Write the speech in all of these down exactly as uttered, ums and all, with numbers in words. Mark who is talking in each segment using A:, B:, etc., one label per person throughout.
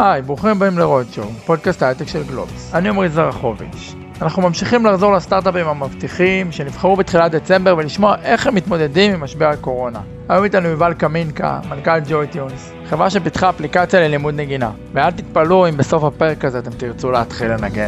A: היי, ברוכים הבאים לרודשואו, פודקאסט ההייטק של גלובס. אני עמרי זרחוביץ'. אנחנו ממשיכים לחזור לסטארט-אפים המבטיחים שנבחרו בתחילת דצמבר ולשמוע איך הם מתמודדים עם משבר הקורונה. היום איתנו יובל קמינקה, מנכ"ל ג'וי-טיונס, חברה שפיתחה אפליקציה ללימוד נגינה. ואל תתפלאו אם בסוף הפרק הזה אתם תרצו להתחיל לנגן.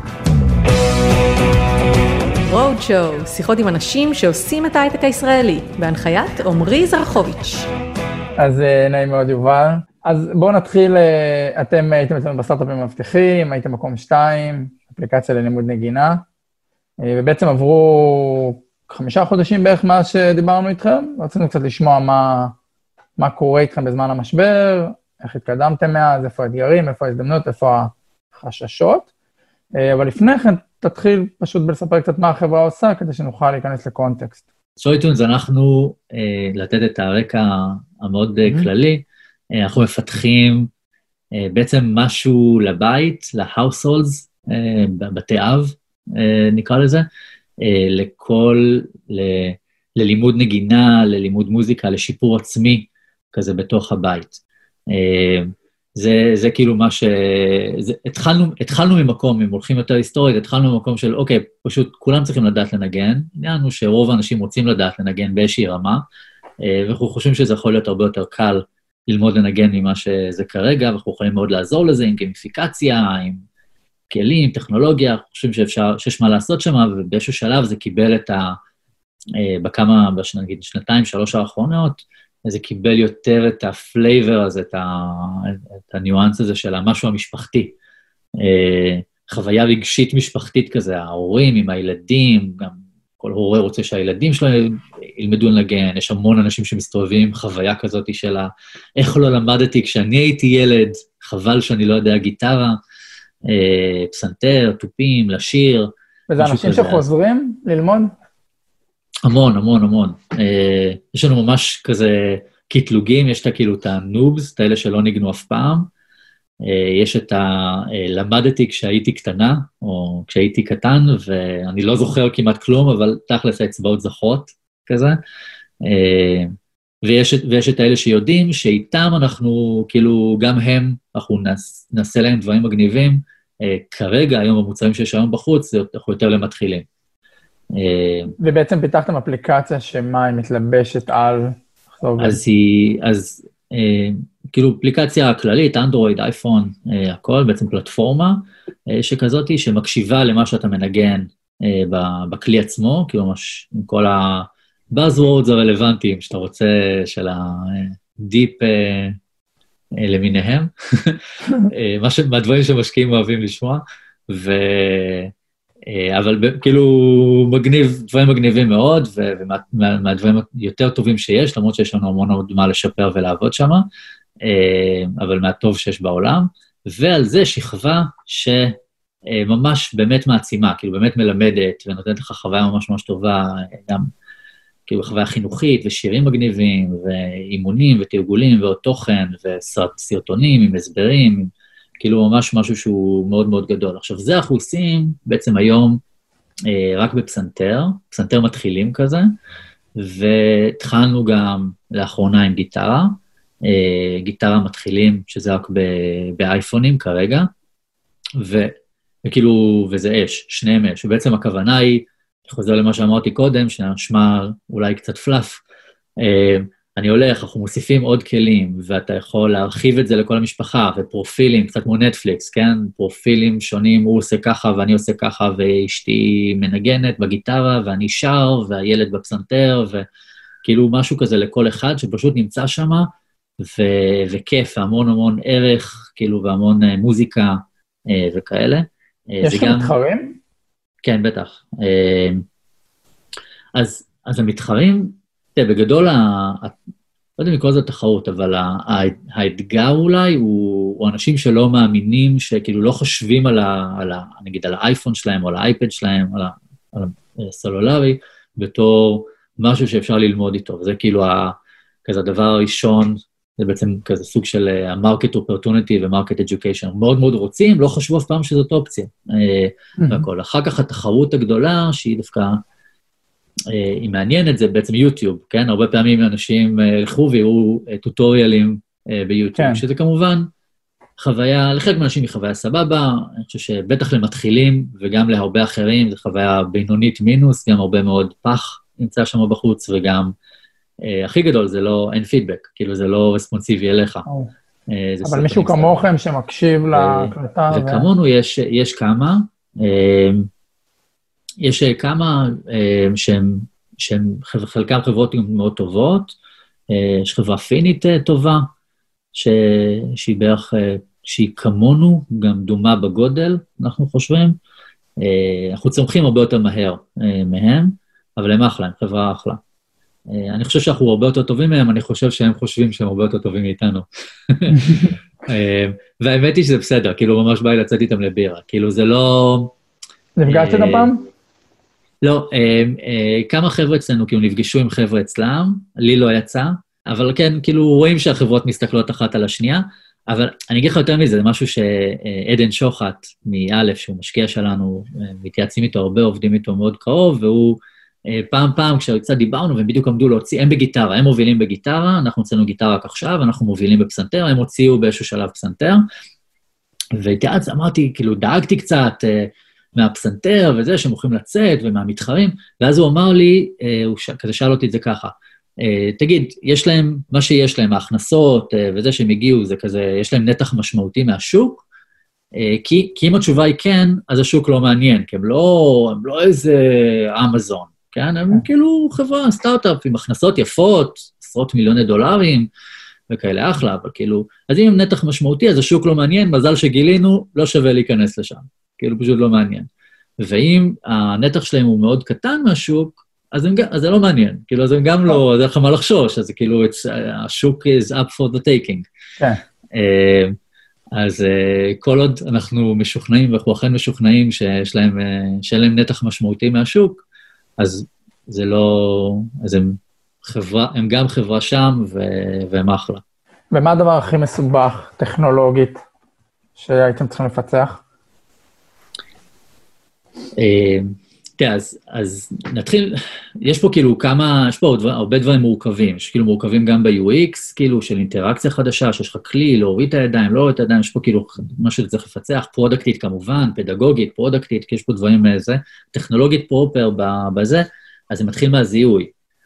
B: רודשואו, שיחות עם אנשים שעושים את ההייטק הישראלי, בהנחיית עמרי זרחוביץ'.
A: אז נעים מאוד יובל. אז בואו נתחיל, אתם הייתם אצלנו בסטארט-אפים המבטיחים, הייתם מקום שתיים, אפליקציה ללימוד נגינה, ובעצם עברו חמישה חודשים בערך מאז שדיברנו איתכם, רצינו קצת לשמוע מה, מה קורה איתכם בזמן המשבר, איך התקדמתם מאז, איפה האתגרים, איפה ההזדמנות, איפה החששות, אבל לפני כן תתחיל פשוט בלספר קצת מה החברה עושה, כדי שנוכל להיכנס לקונטקסט.
C: ג'וי-טיונס, אנחנו, אה, לתת את הרקע המאוד mm-hmm. כללי, אה, אנחנו מפתחים אה, בעצם משהו לבית, ל-households, אה, בתי אב, אה, נקרא לזה, אה, לכל, ל, ללימוד נגינה, ללימוד מוזיקה, לשיפור עצמי, כזה בתוך הבית. אה, זה, זה כאילו מה ש... זה, התחלנו, התחלנו ממקום, אם הולכים יותר היסטורית, התחלנו ממקום של, אוקיי, פשוט כולם צריכים לדעת לנגן, העניין הוא שרוב האנשים רוצים לדעת לנגן באיזושהי רמה, ואנחנו חושבים שזה יכול להיות הרבה יותר קל ללמוד לנגן ממה שזה כרגע, ואנחנו יכולים מאוד לעזור לזה עם גימיפיקציה, עם כלים, טכנולוגיה, אנחנו חושבים שאפשר, שיש מה לעשות שם, ובאיזשהו שלב זה קיבל את ה... בכמה, נגיד, שנתיים, שלוש האחרונות, זה קיבל יותר את הפלייבר הזה, את, ה, את הניואנס הזה של המשהו המשפחתי. חוויה רגשית משפחתית כזה, ההורים עם הילדים, גם כל הורה רוצה שהילדים שלו ילמדו לנגן, יש המון אנשים שמסתובבים עם חוויה כזאת של איך לא למדתי כשאני הייתי ילד, חבל שאני לא יודע גיטרה, פסנתר, טופים, לשיר.
A: וזה אנשים כזה. שחוזרים ללמוד?
C: המון, המון, המון. אה, יש לנו ממש כזה קטלוגים, יש את כאילו את הנובס, את האלה שלא ניגנו אף פעם, אה, יש את ה... אה, למדתי כשהייתי קטנה, או כשהייתי קטן, ואני לא זוכר כמעט כלום, אבל תכלס האצבעות זכות, כזה. אה, ויש, ויש את האלה שיודעים, שאיתם אנחנו, כאילו, גם הם, אנחנו נעש, נעשה להם דברים מגניבים, אה, כרגע, היום המוצרים שיש היום בחוץ, זה אנחנו יותר למתחילים.
A: ובעצם פיתחתם אפליקציה שמה היא מתלבשת על...
C: אז היא, אז כאילו אפליקציה כללית, אנדרואיד, אייפון, הכל, בעצם פלטפורמה שכזאת שמקשיבה למה שאתה מנגן בכלי עצמו, כאילו ממש עם כל ה-buzzwords הרלוונטיים שאתה רוצה, של הדיפ למיניהם, מהדברים שמשקיעים אוהבים לשמוע, ו... אבל כאילו מגניב, דברים מגניבים מאוד, ומהדברים יותר טובים שיש, למרות שיש לנו המון עוד מה לשפר ולעבוד שם, אבל מהטוב שיש בעולם, ועל זה שכבה שממש באמת מעצימה, כאילו באמת מלמדת, ונותנת לך חוויה ממש ממש טובה, גם כאילו חוויה חינוכית, ושירים מגניבים, ואימונים, ותרגולים, ועוד תוכן, וסרטונים עם הסברים, כאילו ממש משהו שהוא מאוד מאוד גדול. עכשיו, זה אנחנו עושים בעצם היום אה, רק בפסנתר, פסנתר מתחילים כזה, והתחלנו גם לאחרונה עם גיטרה, אה, גיטרה מתחילים, שזה רק ב- באייפונים כרגע, ו, וכאילו, וזה אש, שניהם אש, ובעצם הכוונה היא, אני חוזר למה שאמרתי קודם, שנשמע אולי קצת פלאף, אה, אני הולך, אנחנו מוסיפים עוד כלים, ואתה יכול להרחיב את זה לכל המשפחה, ופרופילים, קצת כמו נטפליקס, כן? פרופילים שונים, הוא עושה ככה ואני עושה ככה, ואשתי מנגנת בגיטרה, ואני שר, והילד בפסנתר, וכאילו משהו כזה לכל אחד, שפשוט נמצא שם, ו- וכיף, המון המון ערך, כאילו, והמון מוזיקה וכאלה.
A: יש לכם גם... מתחרים?
C: כן, בטח. אז, אז המתחרים, בגדול, לא יודע מכל זה תחרות, אבל האתגר אולי הוא אנשים שלא מאמינים, שכאילו לא חושבים על, נגיד, על האייפון שלהם, או על האייפד שלהם, על הסלולרי, בתור משהו שאפשר ללמוד איתו. וזה כאילו כזה הדבר הראשון, זה בעצם כזה סוג של ה-market opportunity ו-market education. מאוד מאוד רוצים, לא חשבו אף פעם שזאת אופציה. והכל. אחר כך התחרות הגדולה, שהיא דווקא... היא מעניינת, זה בעצם יוטיוב, כן? הרבה פעמים אנשים הלכו ויראו טוטוריאלים ביוטיוב, שזה כמובן חוויה, לחלק מהאנשים היא חוויה סבבה, אני חושב שבטח למתחילים וגם להרבה אחרים, זו חוויה בינונית מינוס, גם הרבה מאוד פח נמצא שם בחוץ, וגם אה, הכי גדול זה לא, אין פידבק, כאילו זה לא רספונסיבי אליך.
A: אה, אבל מישהו כמוכם שמקשיב להקלטה.
C: וכמונו יש, יש כמה, אה, יש כמה אה, שהם, שהם חלקם חברות מאוד טובות, אה, יש חברה פינית טובה, ש... שהיא בערך, שהיא כמונו, גם דומה בגודל, אנחנו חושבים. אנחנו צומחים הרבה יותר מהר מהם, אבל הם אחלה, הם חברה אחלה. אני חושב שאנחנו הרבה יותר טובים מהם, אני חושב שהם חושבים שהם הרבה יותר טובים מאיתנו. והאמת היא שזה בסדר, כאילו ממש בא לי לצאת איתם לבירה, כאילו זה לא...
A: נפגשת הפעם?
C: לא, כמה חבר'ה אצלנו, כאילו נפגשו עם חבר'ה אצלם, לי לא יצא, אבל כן, כאילו רואים שהחברות מסתכלות אחת על השנייה, אבל אני אגיד לך יותר מזה, זה משהו שעדן שוחט מאלף, שהוא משקיע שלנו, מתייעצים איתו הרבה, עובדים איתו מאוד קרוב, והוא פעם פעם, כשקצת דיברנו, והם בדיוק עמדו להוציא, הם בגיטרה, הם מובילים בגיטרה, אנחנו הוצאנו גיטרה רק עכשיו, אנחנו מובילים בפסנתר, הם הוציאו באיזשהו שלב פסנתר, והתייעץ, אמרתי, כאילו דאגתי קצת מהפסנתר וזה, שהם הולכים לצאת ומהמתחרים, ואז הוא אמר לי, הוא כזה שאל אותי את זה ככה, תגיד, יש להם, מה שיש להם, ההכנסות וזה שהם הגיעו, זה כזה, יש להם נתח משמעותי מהשוק, כי, כי אם התשובה היא כן, אז השוק לא מעניין, כי הם לא, הם לא איזה אמזון, כן? הם כאילו חברה, סטארט-אפ עם הכנסות יפות, עשרות מיליוני דולרים, וכאלה אחלה, אבל כאילו, אז אם הם נתח משמעותי, אז השוק לא מעניין, מזל שגילינו, לא שווה להיכנס לשם, כאילו פשוט לא מעניין. ואם הנתח שלהם הוא מאוד קטן מהשוק, אז, הם, אז זה לא מעניין, כאילו, אז הם גם לא, זה לך מה לחשוש, אז כאילו, השוק is up for the taking.
A: כן.
C: אז כל עוד אנחנו משוכנעים, ואנחנו אכן משוכנעים שיש להם, שאין להם נתח משמעותי מהשוק, אז זה לא, אז הם חברה, הם גם חברה שם, והם אחלה.
A: ומה הדבר הכי מסובך, טכנולוגית, שהייתם צריכים לפצח?
C: תראה, אז, אז נתחיל, יש פה כאילו כמה, יש פה דבר, הרבה דברים מורכבים, יש כאילו מורכבים גם ב-יו אקס, כאילו של אינטראקציה חדשה, שיש לך כלי, להוריד את הידיים, לא להוריד את הידיים, יש פה כאילו משהו שצריך לפצח, פרודקטית כמובן, פדגוגית, פרודקטית, כי יש פה דברים איזה, טכנולוגית פרופר בזה, אז זה מתחיל מהזיהוי.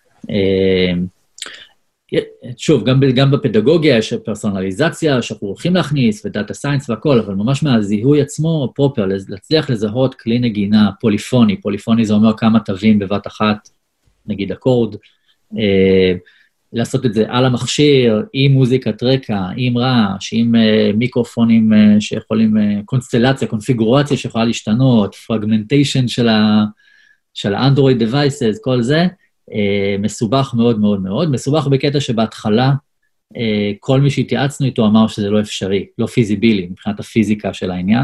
C: שוב, גם, גם בפדגוגיה יש פרסונליזציה שאנחנו הולכים להכניס, ודאטה סיינס והכל, אבל ממש מהזיהוי עצמו, פרופר, להצליח לזהות כלי נגינה פוליפוני, פוליפוני זה אומר כמה תווים בבת אחת, נגיד אקורד, אה, לעשות את זה על המכשיר, עם מוזיקת רקע, עם רעש, עם אה, מיקרופונים אה, שיכולים, אה, קונסטלציה, קונפיגורציה שיכולה להשתנות, פרגמנטיישן של ה, של האנדרואיד devices, כל זה, מסובך מאוד מאוד מאוד, מסובך בקטע שבהתחלה כל מי שהתייעצנו איתו אמר שזה לא אפשרי, לא פיזיבילי, מבחינת הפיזיקה של העניין,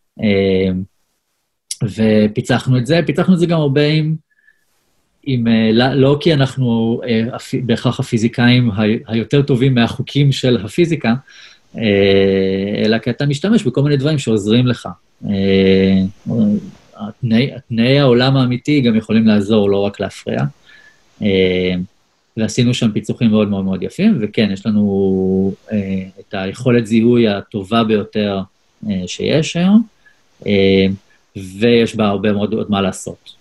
C: ופיצחנו את זה, פיצחנו את זה גם הרבה עם, עם לא כי אנחנו בהכרח הפיזיקאים היותר טובים מהחוקים של הפיזיקה, אלא כי אתה משתמש בכל מיני דברים שעוזרים לך. התנאי, התנאי העולם האמיתי גם יכולים לעזור, לא רק להפריע. ועשינו שם פיצוחים מאוד מאוד מאוד יפים, וכן, יש לנו את היכולת זיהוי הטובה ביותר שיש היום, ויש בה הרבה מאוד עוד מה לעשות.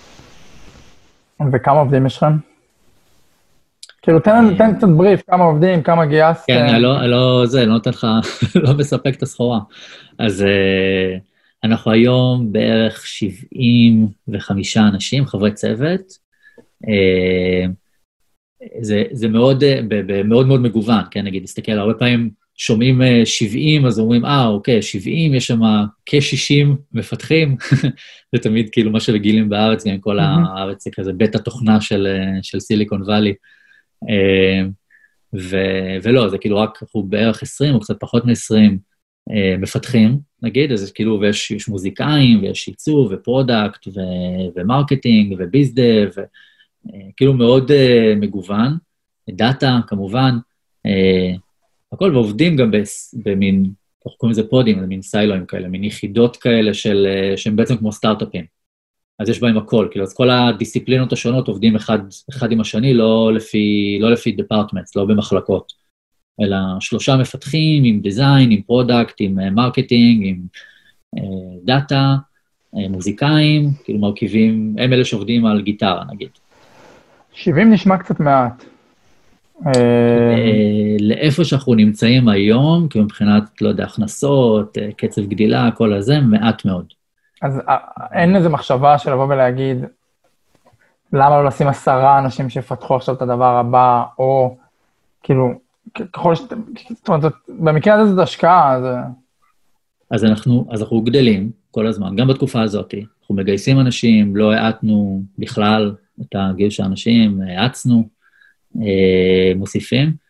A: וכמה עובדים יש לכם? כאילו, תן קצת בריף, כמה עובדים, כמה גייסת.
C: כן, לא, זה, לא נותן לך, לא מספק את הסחורה. אז אנחנו היום בערך שבעים וחמישה אנשים, חברי צוות, זה, זה מאוד, מאוד מאוד מגוון, כן, נגיד, נסתכל, הרבה פעמים שומעים שבעים, אז אומרים, אה, אוקיי, שבעים, יש שם כ-שישים מפתחים, זה תמיד כאילו מה שרגילים בארץ, גם כל הארץ זה כזה בית התוכנה של, של סיליקון ואלי, ו, ולא, זה כאילו רק, אנחנו בערך עשרים, או קצת פחות מ-עשרים מפתחים, נגיד, אז כאילו, ויש יש מוזיקאים, ויש עיצוב, ופרודקט, ו, ומרקטינג, וביזדב, ו... כאילו מאוד uh, מגוון, דאטה כמובן, uh, הכל, ועובדים גם במין, אנחנו קוראים לזה פודים, מין סיילואים כאלה, מין יחידות כאלה של, uh, שהם בעצם כמו סטארט-אפים. אז יש בהם הכל, כאילו, אז כל הדיסציפלינות השונות עובדים אחד, אחד עם השני, לא לפי, לא לפי departments, לא במחלקות. אלא שלושה מפתחים עם דיזיין, עם פרודקט, עם מרקטינג, עם דאטה, מוזיקאים, כאילו מרכיבים, הם אלה שעובדים על גיטרה, נגיד.
A: שבעים נשמע קצת מעט.
C: לאיפה שאנחנו נמצאים היום, כאילו מבחינת, לא יודע, הכנסות, קצב גדילה, כל הזה, מעט מאוד.
A: אז אין איזו מחשבה של לבוא ולהגיד, למה לא לשים עשרה אנשים שיפתחו עכשיו את הדבר הבא, או כאילו, ככל שאתם, זאת אומרת, במקרה הזה זאת השקעה, אז...
C: אז אנחנו, אז אנחנו גדלים כל הזמן, גם בתקופה הזאת, אנחנו מגייסים אנשים, לא העתנו בכלל את הגיוס האנשים, העצנו, מוסיפים,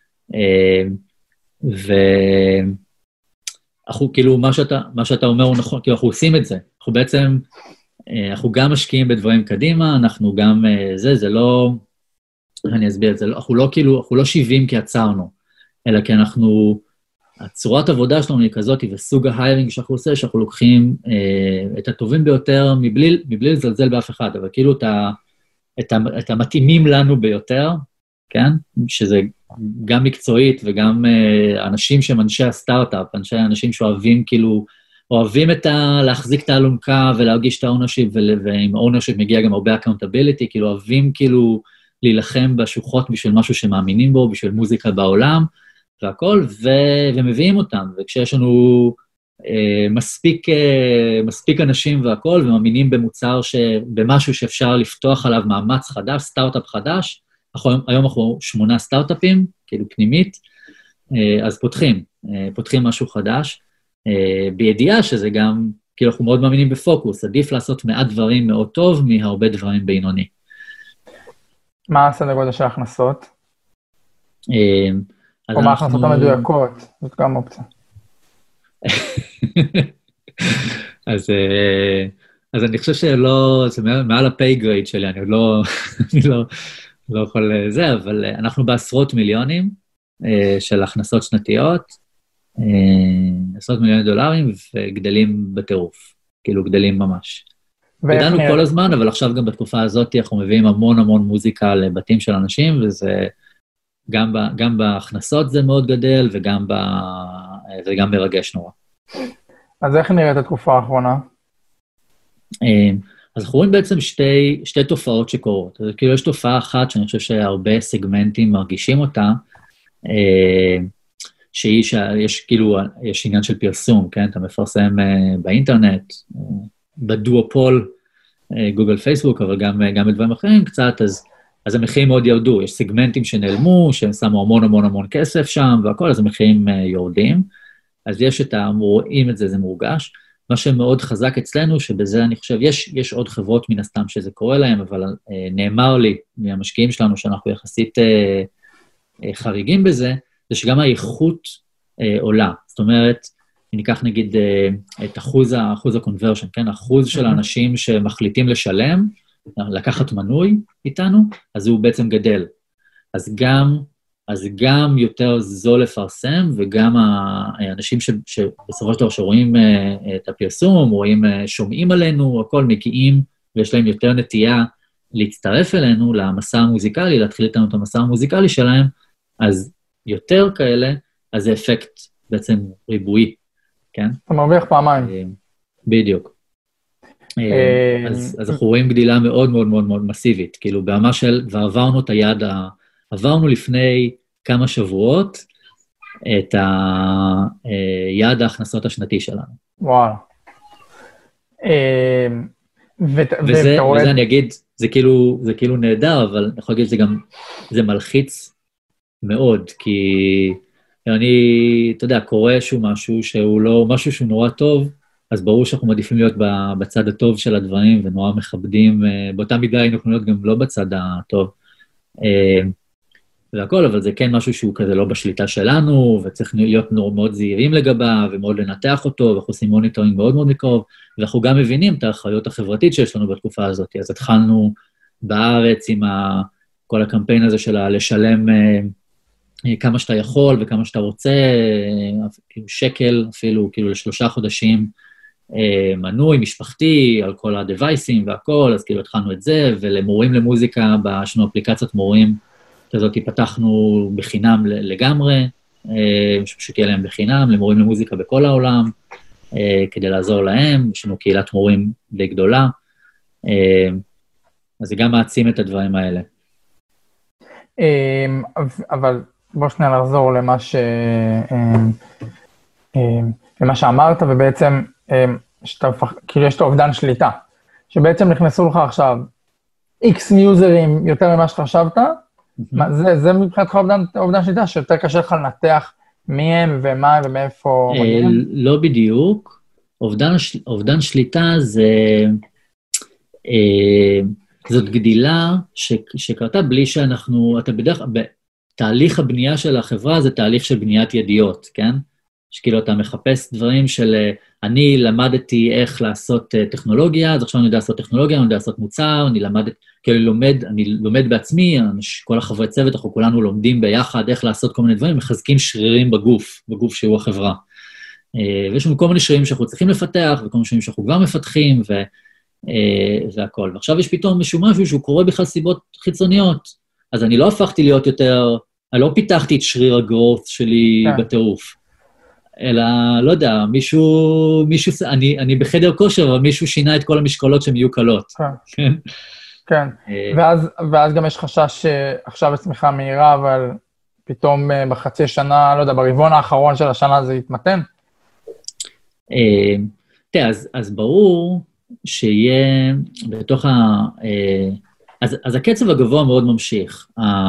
C: ואנחנו כאילו, מה שאתה, מה שאתה אומר הוא נכון, כי אנחנו עושים את זה, אנחנו בעצם, אנחנו גם משקיעים בדברים קדימה, אנחנו גם, זה, זה לא, אני אסביר את זה, אנחנו לא כאילו, אנחנו לא שבעים כי עצרנו, אלא כי אנחנו, הצורת עבודה שלנו היא כזאת, וסוג ההיירינג שאנחנו עושה, שאנחנו לוקחים את הטובים ביותר, מבלי, מבלי לזלזל באף אחד, אבל כאילו את ה, את ה, את המתאימים לנו ביותר, כן? שזה גם מקצועית וגם uh, אנשים שהם אנשי הסטארט-אפ, אנשי אנשים שאוהבים כאילו, אוהבים את ה... להחזיק את האלונקה ולהרגיש את האונרשיפ, ועם האונרשיפ מגיע גם הרבה אקאונטביליטי, כאילו אוהבים כאילו להילחם בשוחות בשביל משהו שמאמינים בו, בשביל מוזיקה בעולם, והכל, ו... ומביאים אותם, וכשיש לנו uh, מספיק, uh, מספיק אנשים והכל, ומאמינים במוצר, ש... במשהו שאפשר לפתוח עליו מאמץ חדש, סטארט-אפ חדש, היום אנחנו שמונה סטארט-אפים, כאילו פנימית, אז פותחים, פותחים משהו חדש, בידיעה שזה גם, כאילו אנחנו מאוד מאמינים בפוקוס, עדיף לעשות מעט דברים מאוד טוב, מהרבה דברים בינוני.
A: מה הסדר גודל של ההכנסות? או מה ההכנסות המדויקות? זאת גם אופציה.
C: אז... אז אני חושב שלא, זה מעל הפי גרייד שלי, אני לא, אני לא, לא יכול זה, אבל אנחנו בעשרות מיליונים של הכנסות שנתיות, עשרות מיליוני דולרים, וגדלים בטירוף, כאילו גדלים ממש. גדלנו כל הזמן, אבל עכשיו גם בתקופה הזאת אנחנו מביאים המון המון מוזיקה לבתים של אנשים, וזה גם, גם בהכנסות זה מאוד גדל, וגם, ב, וגם מרגש נורא.
A: אז איך נראית התקופה האחרונה?
C: אז אנחנו רואים בעצם שתי, שתי תופעות שקורות. אז כאילו יש תופעה אחת שאני חושב שהרבה סגמנטים מרגישים אותה, שהיא שיש כאילו, יש עניין של פרסום, כן? אתה מפרסם באינטרנט, בדואופול, גוגל פייסבוק, אבל גם, גם בדברים אחרים קצת, אז, אז המחירים מאוד ירדו. יש סגמנטים שנעלמו, שהם שמו המון המון המון כסף שם, והכל, אז המחירים יורדים. אז יש את ה... רואים את זה, זה מורגש. מה שמאוד חזק אצלנו, שבזה אני חושב, יש, יש עוד חברות מן הסתם שזה קורה להם, אבל אה, נאמר לי מהמשקיעים שלנו שאנחנו יחסית אה, אה, חריגים בזה, זה שגם האיכות אה, עולה. זאת אומרת, ניקח נגיד אה, את אחוז, אחוז ה-conversion, כן? אחוז של האנשים שמחליטים לשלם, לקחת מנוי איתנו, אז הוא בעצם גדל. אז גם... אז גם יותר זול לפרסם, וגם האנשים ש, שבסופו של דבר שרואים את הפרסום, רואים, שומעים עלינו, הכל מגיעים, ויש להם יותר נטייה להצטרף אלינו, למסע המוזיקלי, להתחיל איתנו את המסע המוזיקלי שלהם, אז יותר כאלה, אז זה אפקט בעצם ריבועי, כן?
A: אתה מרוויח פעמיים.
C: בדיוק. אז, אז אנחנו רואים גדילה מאוד מאוד מאוד מאוד מסיבית, כאילו ברמה של, ועברנו את היד ה... עברנו לפני כמה שבועות את היעד ההכנסות השנתי שלנו.
A: וואו.
C: וזה, וזה אני אגיד, זה כאילו, זה כאילו נהדר, אבל אני יכול להגיד שזה גם, זה מלחיץ מאוד, כי אני, אתה יודע, קורא שהוא משהו שהוא לא, משהו שהוא נורא טוב, אז ברור שאנחנו מעדיפים להיות בצד הטוב של הדברים, ונורא מכבדים, באותה מידה היינו יכולים להיות גם לא בצד הטוב. והכל, אבל זה כן משהו שהוא כזה לא בשליטה שלנו, וצריך להיות מאוד זהירים לגביו, ומאוד לנתח אותו, ואנחנו עושים מוניטורינג מאוד מאוד מקרוב, ואנחנו גם מבינים את האחריות החברתית שיש לנו בתקופה הזאת. אז התחלנו בארץ עם ה, כל הקמפיין הזה של לשלם כמה שאתה יכול וכמה שאתה רוצה, כאילו שקל אפילו, כאילו לשלושה חודשים מנוי, משפחתי, על כל הדווייסים והכל, אז כאילו התחלנו את זה, ולמורים למוזיקה, יש לנו אפליקציית מורים, כזאת פתחנו בחינם לגמרי, שפשוט יהיה להם בחינם, למורים למוזיקה בכל העולם, כדי לעזור להם, יש לנו קהילת מורים די גדולה, אז זה גם מעצים את הדברים האלה.
A: אבל בוא שנייה לחזור למה ש... למה שאמרת, ובעצם כאילו יש את האובדן שליטה, שבעצם נכנסו לך עכשיו X מיוזרים יותר ממה שחשבת, זה מבחינתך אובדן שליטה, שיותר קשה לך לנתח מי הם ומה ומאיפה מגיעים?
C: לא בדיוק. אובדן שליטה זאת גדילה שקרתה בלי שאנחנו, אתה בדרך כלל, תהליך הבנייה של החברה זה תהליך של בניית ידיעות, כן? שכאילו אתה מחפש דברים של, אני למדתי איך לעשות טכנולוגיה, אז עכשיו אני יודע לעשות טכנולוגיה, אני יודע לעשות מוצר, אני למדת, כאילו אני לומד, אני לומד בעצמי, כל החברי צוות, אנחנו כולנו לומדים ביחד איך לעשות כל מיני דברים, מחזקים שרירים בגוף, בגוף שהוא החברה. ויש לנו כל מיני שרירים שאנחנו צריכים לפתח, וכל מיני שרירים שאנחנו כבר מפתחים, ו, והכל. ועכשיו יש פתאום משהו משהו שהוא קורה בכלל סיבות חיצוניות, אז אני לא הפכתי להיות יותר, אני לא פיתחתי את שריר הגרוץ שלי בטירוף. אלא, לא יודע, מישהו, מישהו, אני, אני בחדר כושר, אבל מישהו שינה את כל המשקולות שהן יהיו קלות.
A: כן, כן. ואז, ואז גם יש חשש שעכשיו הצמיחה מהירה, אבל פתאום בחצי שנה, לא יודע, ברבעון האחרון של השנה זה יתמתן?
C: תראה, אז, אז ברור שיהיה בתוך ה... אז, אז הקצב הגבוה מאוד ממשיך.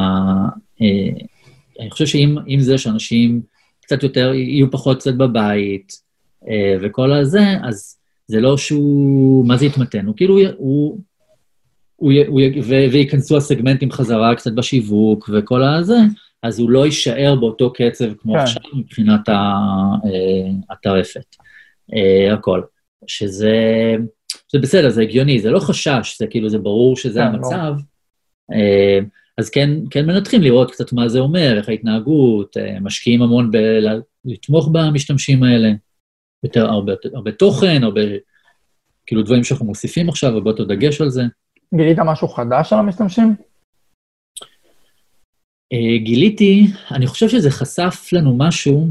C: אני חושב שאם, אם זה שאנשים קצת יותר, יהיו פחות קצת בבית, וכל הזה, אז זה לא שהוא, מה זה יתמתן? הוא כאילו, הוא, הוא, הוא, וייכנסו הסגמנטים חזרה קצת בשיווק וכל הזה, אז הוא לא יישאר באותו קצב כמו עכשיו מבחינת הטרפת, הכל. שזה, זה בסדר, זה הגיוני, זה לא חשש, זה כאילו, זה ברור שזה המצב, אז כן, כן מנתחים לראות קצת מה זה אומר, איך ההתנהגות, משקיעים המון לתמוך במשתמשים האלה, יותר, הרבה, הרבה תוכן, הרבה, כאילו דברים שאנחנו מוסיפים עכשיו, הרבה יותר דגש על זה.
A: גילית משהו חדש על המשתמשים?
C: גיליתי, אני חושב שזה חשף לנו משהו,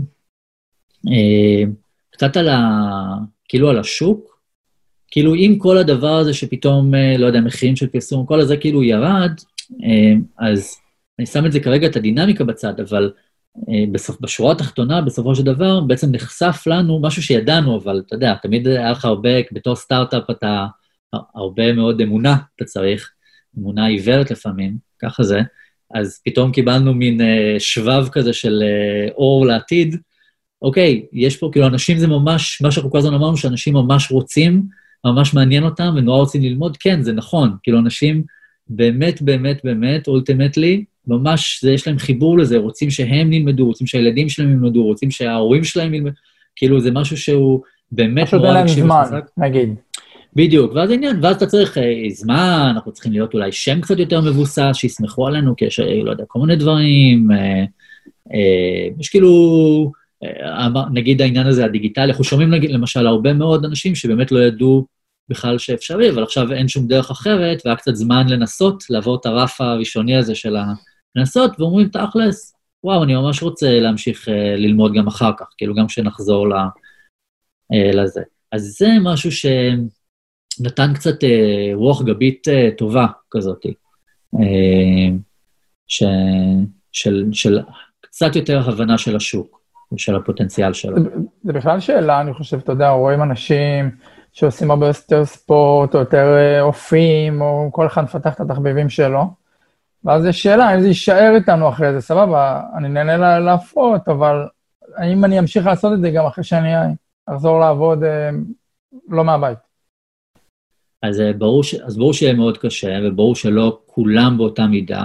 C: קצת על ה... כאילו על השוק, כאילו עם כל הדבר הזה שפתאום, לא יודע, מחירים של פרסום, כל הזה כאילו ירד, אז אני שם את זה כרגע, את הדינמיקה בצד, אבל בסוף, בשורה התחתונה, בסופו של דבר, בעצם נחשף לנו משהו שידענו, אבל אתה יודע, תמיד היה לך הרבה, בתור סטארט-אפ אתה, הרבה מאוד אמונה אתה צריך, אמונה עיוורת לפעמים, ככה זה, אז פתאום קיבלנו מין שבב כזה של אור לעתיד, אוקיי, יש פה, כאילו אנשים זה ממש, מה שאנחנו כל הזמן אמרנו, שאנשים ממש רוצים, ממש מעניין אותם, ונורא רוצים ללמוד, כן, זה נכון, כאילו אנשים באמת, באמת, באמת, אולטימטלי, ממש, זה, יש להם חיבור לזה, רוצים שהם נלמדו, רוצים שהילדים שלהם ילמדו, רוצים שההורים שלהם ילמדו, כאילו זה משהו שהוא באמת נורא רגשי וחזק.
A: נגיד.
C: בדיוק, ואז העניין, ואז אתה צריך אה, זמן, אנחנו צריכים להיות אולי שם קצת יותר מבוסס, שיסמכו עלינו, כי יש, לא יודע, כל מיני דברים, אה, אה, יש כאילו, אה, נגיד העניין הזה הדיגיטלי, אנחנו שומעים נגיד, למשל הרבה מאוד אנשים שבאמת לא ידעו בכלל שאפשרי, אבל עכשיו אין שום דרך אחרת, והיה קצת זמן לנסות, לעבור את הרף הראשוני הזה של הנסות, ואומרים, תכלס, וואו, אני ממש רוצה להמשיך אה, ללמוד גם אחר כך, כאילו גם שנחזור ל, אה, לזה. אז זה משהו שנתן קצת אה, רוח גבית אה, טובה כזאת, אה, ש, של, של קצת יותר הבנה של השוק, של הפוטנציאל שלו.
A: זה, זה בכלל שאלה, אני חושב, אתה יודע, רואים אנשים שעושים הרבה יותר ספורט, או יותר אופים, או כל אחד מפתח את התחביבים שלו, ואז יש שאלה, אם זה יישאר איתנו אחרי זה, סבבה, אני נהנה להפרות, אבל האם אני אמשיך לעשות את זה גם אחרי שאני אחזור לעבוד אה, לא מהבית?
C: אז ברור, ש... אז ברור שיהיה מאוד קשה, וברור שלא כולם באותה מידה,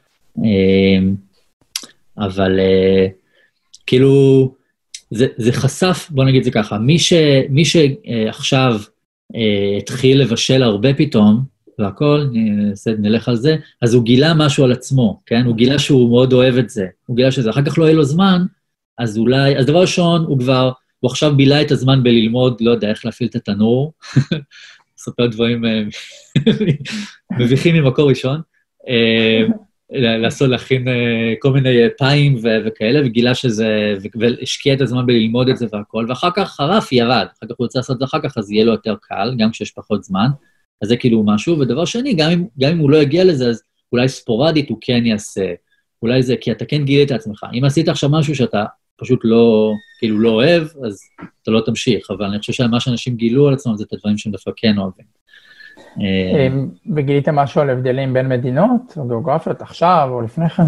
C: אבל כאילו, זה, זה חשף, בוא נגיד זה ככה, מי, ש, מי שעכשיו התחיל לבשל הרבה פתאום, והכל, נלך על זה, אז הוא גילה משהו על עצמו, כן? הוא גילה שהוא מאוד אוהב את זה, הוא גילה שזה, אחר כך לא יהיה לו זמן, אז אולי, אז דבר ראשון, הוא כבר, הוא עכשיו בילה את הזמן בללמוד, לא יודע, איך להפעיל את התנור, סופר דברים מביכים ממקור ראשון, לעשות, להכין כל מיני פיים וכאלה, וגילה שזה, והשקיע את הזמן בללמוד את זה והכל, ואחר כך הרף ירד, אחר כך הוא רוצה לעשות את זה אחר כך, אז יהיה לו יותר קל, גם כשיש פחות זמן, אז זה כאילו משהו, ודבר שני, גם אם, גם אם הוא לא יגיע לזה, אז אולי ספורדית הוא כן יעשה, אולי זה, כי אתה כן גילה את עצמך. אם עשית עכשיו משהו שאתה פשוט לא, כאילו לא אוהב, אז אתה לא תמשיך, אבל אני חושב שמה שאנשים גילו על עצמם, זה את הדברים שהם דווקא כן אוהבים.
A: וגיליתם משהו על הבדלים בין מדינות, או גיאוגרפיות, עכשיו או לפני כן?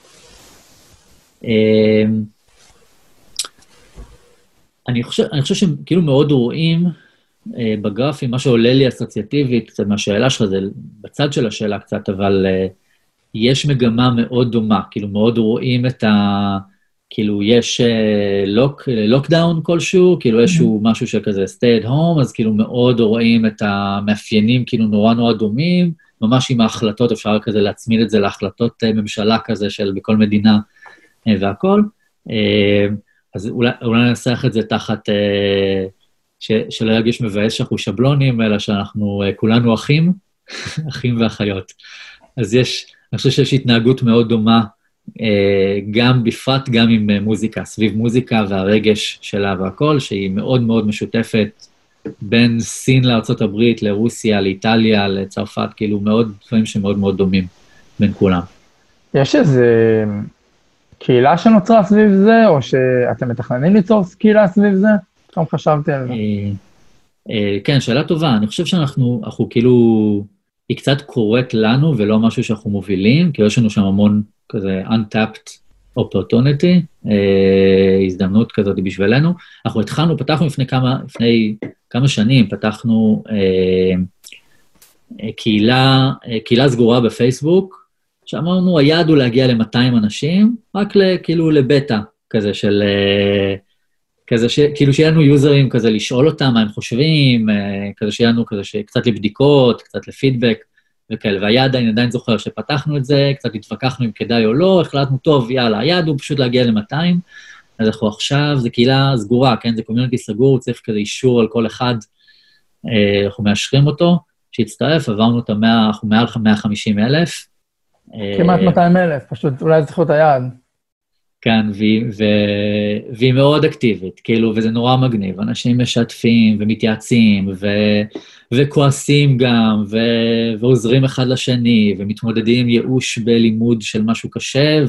C: אני חושב, אני חושב שהם כאילו מאוד רואים בגרפים, מה שעולה לי אסוציאטיבית, קצת מהשאלה שלך, זה בצד של השאלה קצת, אבל יש מגמה מאוד דומה, כאילו מאוד רואים את ה... כאילו יש לוק, לוקדאון כלשהו, כאילו איזשהו משהו שכזה stay at home, אז כאילו מאוד רואים את המאפיינים כאילו נורא נורא דומים, ממש עם ההחלטות, אפשר כזה להצמיד את זה להחלטות ממשלה כזה של בכל מדינה והכל. אז אולי, אולי ננסח את זה תחת, ש, שלא ירגיש מבאס שאנחנו שבלונים, אלא שאנחנו כולנו אחים, אחים ואחיות. אז יש, אני חושב שיש התנהגות מאוד דומה, גם בפרט, גם עם מוזיקה, סביב מוזיקה והרגש שלה והכל, שהיא מאוד מאוד משותפת בין סין לארצות הברית, לרוסיה, לאיטליה, לצרפת, כאילו מאוד דברים שמאוד מאוד דומים בין כולם.
A: יש איזה קהילה שנוצרה סביב זה, או שאתם מתכננים ליצור קהילה סביב זה? כמה חשבתי על זה?
C: כן, שאלה טובה. אני חושב שאנחנו, אנחנו כאילו, היא קצת קוראת לנו ולא משהו שאנחנו מובילים, כי יש לנו שם המון כזה untapped opportunity, אה, הזדמנות כזאת בשבילנו. אנחנו התחלנו, פתחנו לפני כמה, לפני כמה שנים, פתחנו אה, אה, קהילה, אה, קהילה סגורה בפייסבוק, שאמרנו, היעד הוא להגיע ל-מאתיים אנשים, רק כאילו לבטא כזה של, אה, כזה ש, כאילו שיהיה לנו יוזרים כזה לשאול אותם מה הם חושבים, אה, כזה שיהיה לנו כזה שקצת לבדיקות, קצת לפידבק, וכאלה, והיעד, אני עדיין זוכר שפתחנו את זה, קצת התווכחנו אם כדאי או לא, החלטנו, טוב, יאללה, היעד הוא פשוט להגיע ל-מאתיים, אז אנחנו עכשיו, זו קהילה סגורה, כן, זה קומיוניטי סגור, צריך כזה אישור על כל אחד, אנחנו מאשרים אותו, שהצטרף, עברנו את ה-מאה, אנחנו מעל מאה וחמישים אלף.
A: כמעט מאתיים אלף, פשוט אולי צריכו את היעד.
C: כן, והיא, ו... והיא מאוד אקטיבית, כאילו, וזה נורא מגניב, אנשים משתפים ומתייעצים, ו... וכועסים גם, ו... ועוזרים אחד לשני, ומתמודדים עם ייאוש בלימוד של משהו קשה,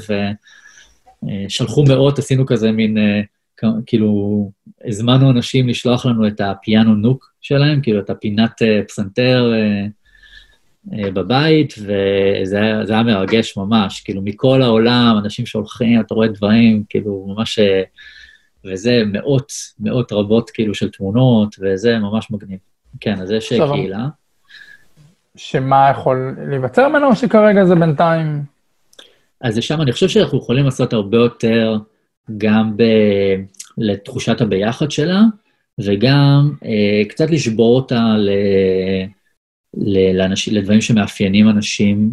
C: ושלחו מאות, עשינו כזה מין, כאילו, הזמנו אנשים לשלוח לנו את הפיאנו נוק שלהם, כאילו, את הפינת פסנתר בבית, וזה היה, זה היה מרגש ממש, כאילו, מכל העולם, אנשים שהולכים, אתה רואה דברים, כאילו, ממש, וזה מאות, מאות רבות, כאילו, של תמונות, וזה ממש מגניב. כן, אז יש קהילה.
A: שמה יכול להיווצר ממנו, או שכרגע זה בינתיים?
C: אז שם אני חושב שאנחנו יכולים לעשות הרבה יותר, גם ב... לתחושת הביחד שלה, וגם אה, קצת לשבור אותה ל... לאנשים, לדברים שמאפיינים אנשים,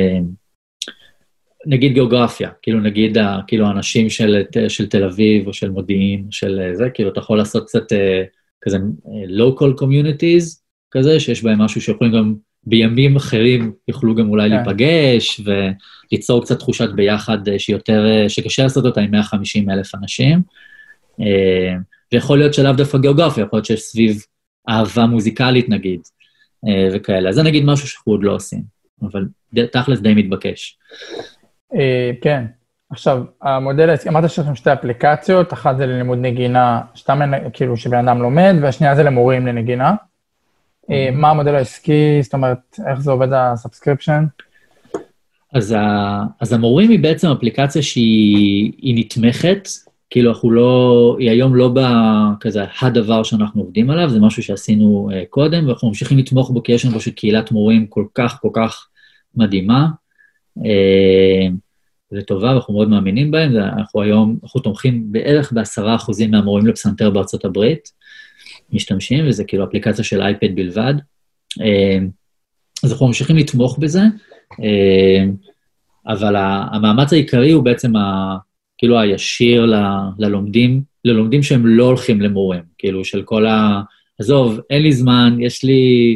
C: נגיד גיאוגרפיה, כאילו נגיד, כאילו האנשים של, של תל אביב או של מודיעין, של זה, כאילו אתה יכול לעשות קצת כזה local communities, כזה, שיש בהם משהו שיכולים גם בימים אחרים, יוכלו גם אולי להיפגש, וליצור קצת תחושת ביחד שיותר, שקשה לעשות אותה עם מאה וחמישים אלף אנשים, ויכול להיות שלאו דווקא גיאוגרפיה, יכול להיות שיש סביב אהבה מוזיקלית נגיד, וכאלה. אז זה נגיד משהו שאנחנו עוד לא עושים, אבל תכלס די מתבקש.
A: כן. עכשיו, המודל, אמרת שיש לכם שתי אפליקציות, אחת זה ללימוד נגינה, שתם, כאילו שבן אדם לומד, והשנייה זה למורים לנגינה. מה המודל העסקי, זאת אומרת, איך זה עובד הסאבסקריפשן?
C: אז, אז המורים היא בעצם אפליקציה שהיא נתמכת, כאילו אנחנו לא, היא היום לא בכזה הדבר שאנחנו עובדים עליו, זה משהו שעשינו uh, קודם, ואנחנו ממשיכים לתמוך בו, כי יש לנו פשוט קהילת מורים כל כך, כל כך מדהימה, uh, וטובה, ואנחנו מאוד מאמינים בהם, אנחנו היום, אנחנו תומכים בערך בעשרה אחוזים מהמורים לפסנתר בארצות הברית, משתמשים, וזה כאילו אפליקציה של אייפד בלבד, uh, אז אנחנו ממשיכים לתמוך בזה, uh, אבל המאמץ העיקרי הוא בעצם ה... כאילו הישיר ל, ללומדים, ללומדים שהם לא הולכים למורים, כאילו של כל ה... עזוב, אין לי זמן, יש לי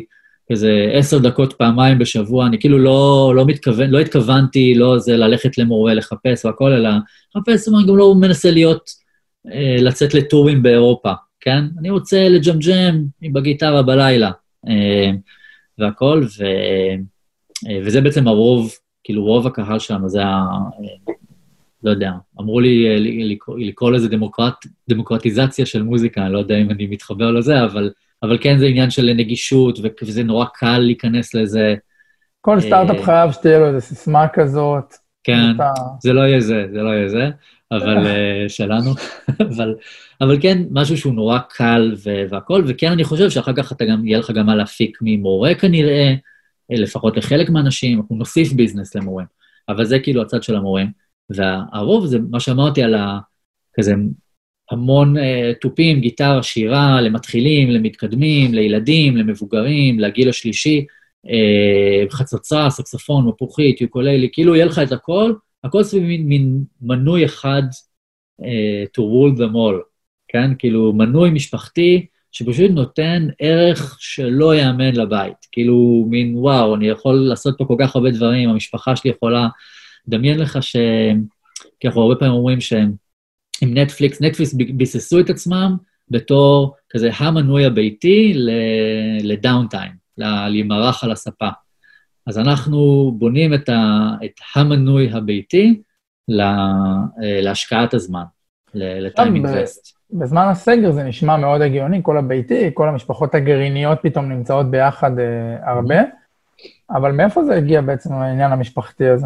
C: כזה עשר דקות פעמיים בשבוע, אני כאילו לא, לא מתכוון, לא התכוונתי, לא זה ללכת למורה, לחפש והכל, אלא לחפש, אני גם לא מנסה להיות, אה, לצאת לטורים באירופה, כן? אני רוצה לג'מג'ם בגיטרה בלילה, אה, והכל, ו, אה, וזה בעצם הרוב, כאילו רוב הקהל שלנו, זה ה... אה, לא יודע, אמרו לי לקרוא, לקרוא לזה דמוקרט, דמוקרטיזציה של מוזיקה, אני לא יודע אם אני מתחבר לזה, אבל, אבל כן זה עניין של נגישות, וזה נורא קל להיכנס לזה.
A: כל סטארט-אפ חייב שתהיה לו איזו סיסמה כזאת.
C: כן, זה לא יהיה זה, זה לא יהיה זה, אבל שלנו, אבל, אבל כן, משהו שהוא נורא קל והכל, וכן אני חושב שאחר כך אתה גם, יהיה לך גם מה להפיק ממורה כנראה, לפחות לחלק מהאנשים, אנחנו נוסיף ביזנס למורים, אבל זה כאילו הצד של המורים. והרוב זה מה שאמרתי על ה... כזה המון uh, טופים, גיטרה, שירה, למתחילים, למתקדמים, לילדים, למבוגרים, לגיל השלישי, uh, חצוצה, סקספון, מפוחית, יוקוללי, כאילו יהיה לך את הכל, הכל סביב מין, מין מנוי אחד uh, to rule them all, כן? כאילו מנוי משפחתי שפשוט נותן ערך שלא יאמן לבית, כאילו מין וואו, אני יכול לעשות פה כל כך הרבה דברים, המשפחה שלי יכולה... דמיין לך ש... כי אנחנו הרבה פעמים אומרים שהם עם נטפליקס, נטפליקס ביססו את עצמם בתור כזה המנוי הביתי לדאונטיים, להימרח על הספה. אז אנחנו בונים את, ה... את המנוי הביתי לה... להשקעת הזמן, לטיים אינבסט.
A: בזמן הסגר זה נשמע מאוד הגיוני, כל הביתי, כל המשפחות הגרעיניות פתאום נמצאות ביחד הרבה, אבל מאיפה זה הגיע בעצם העניין המשפחתי הזה?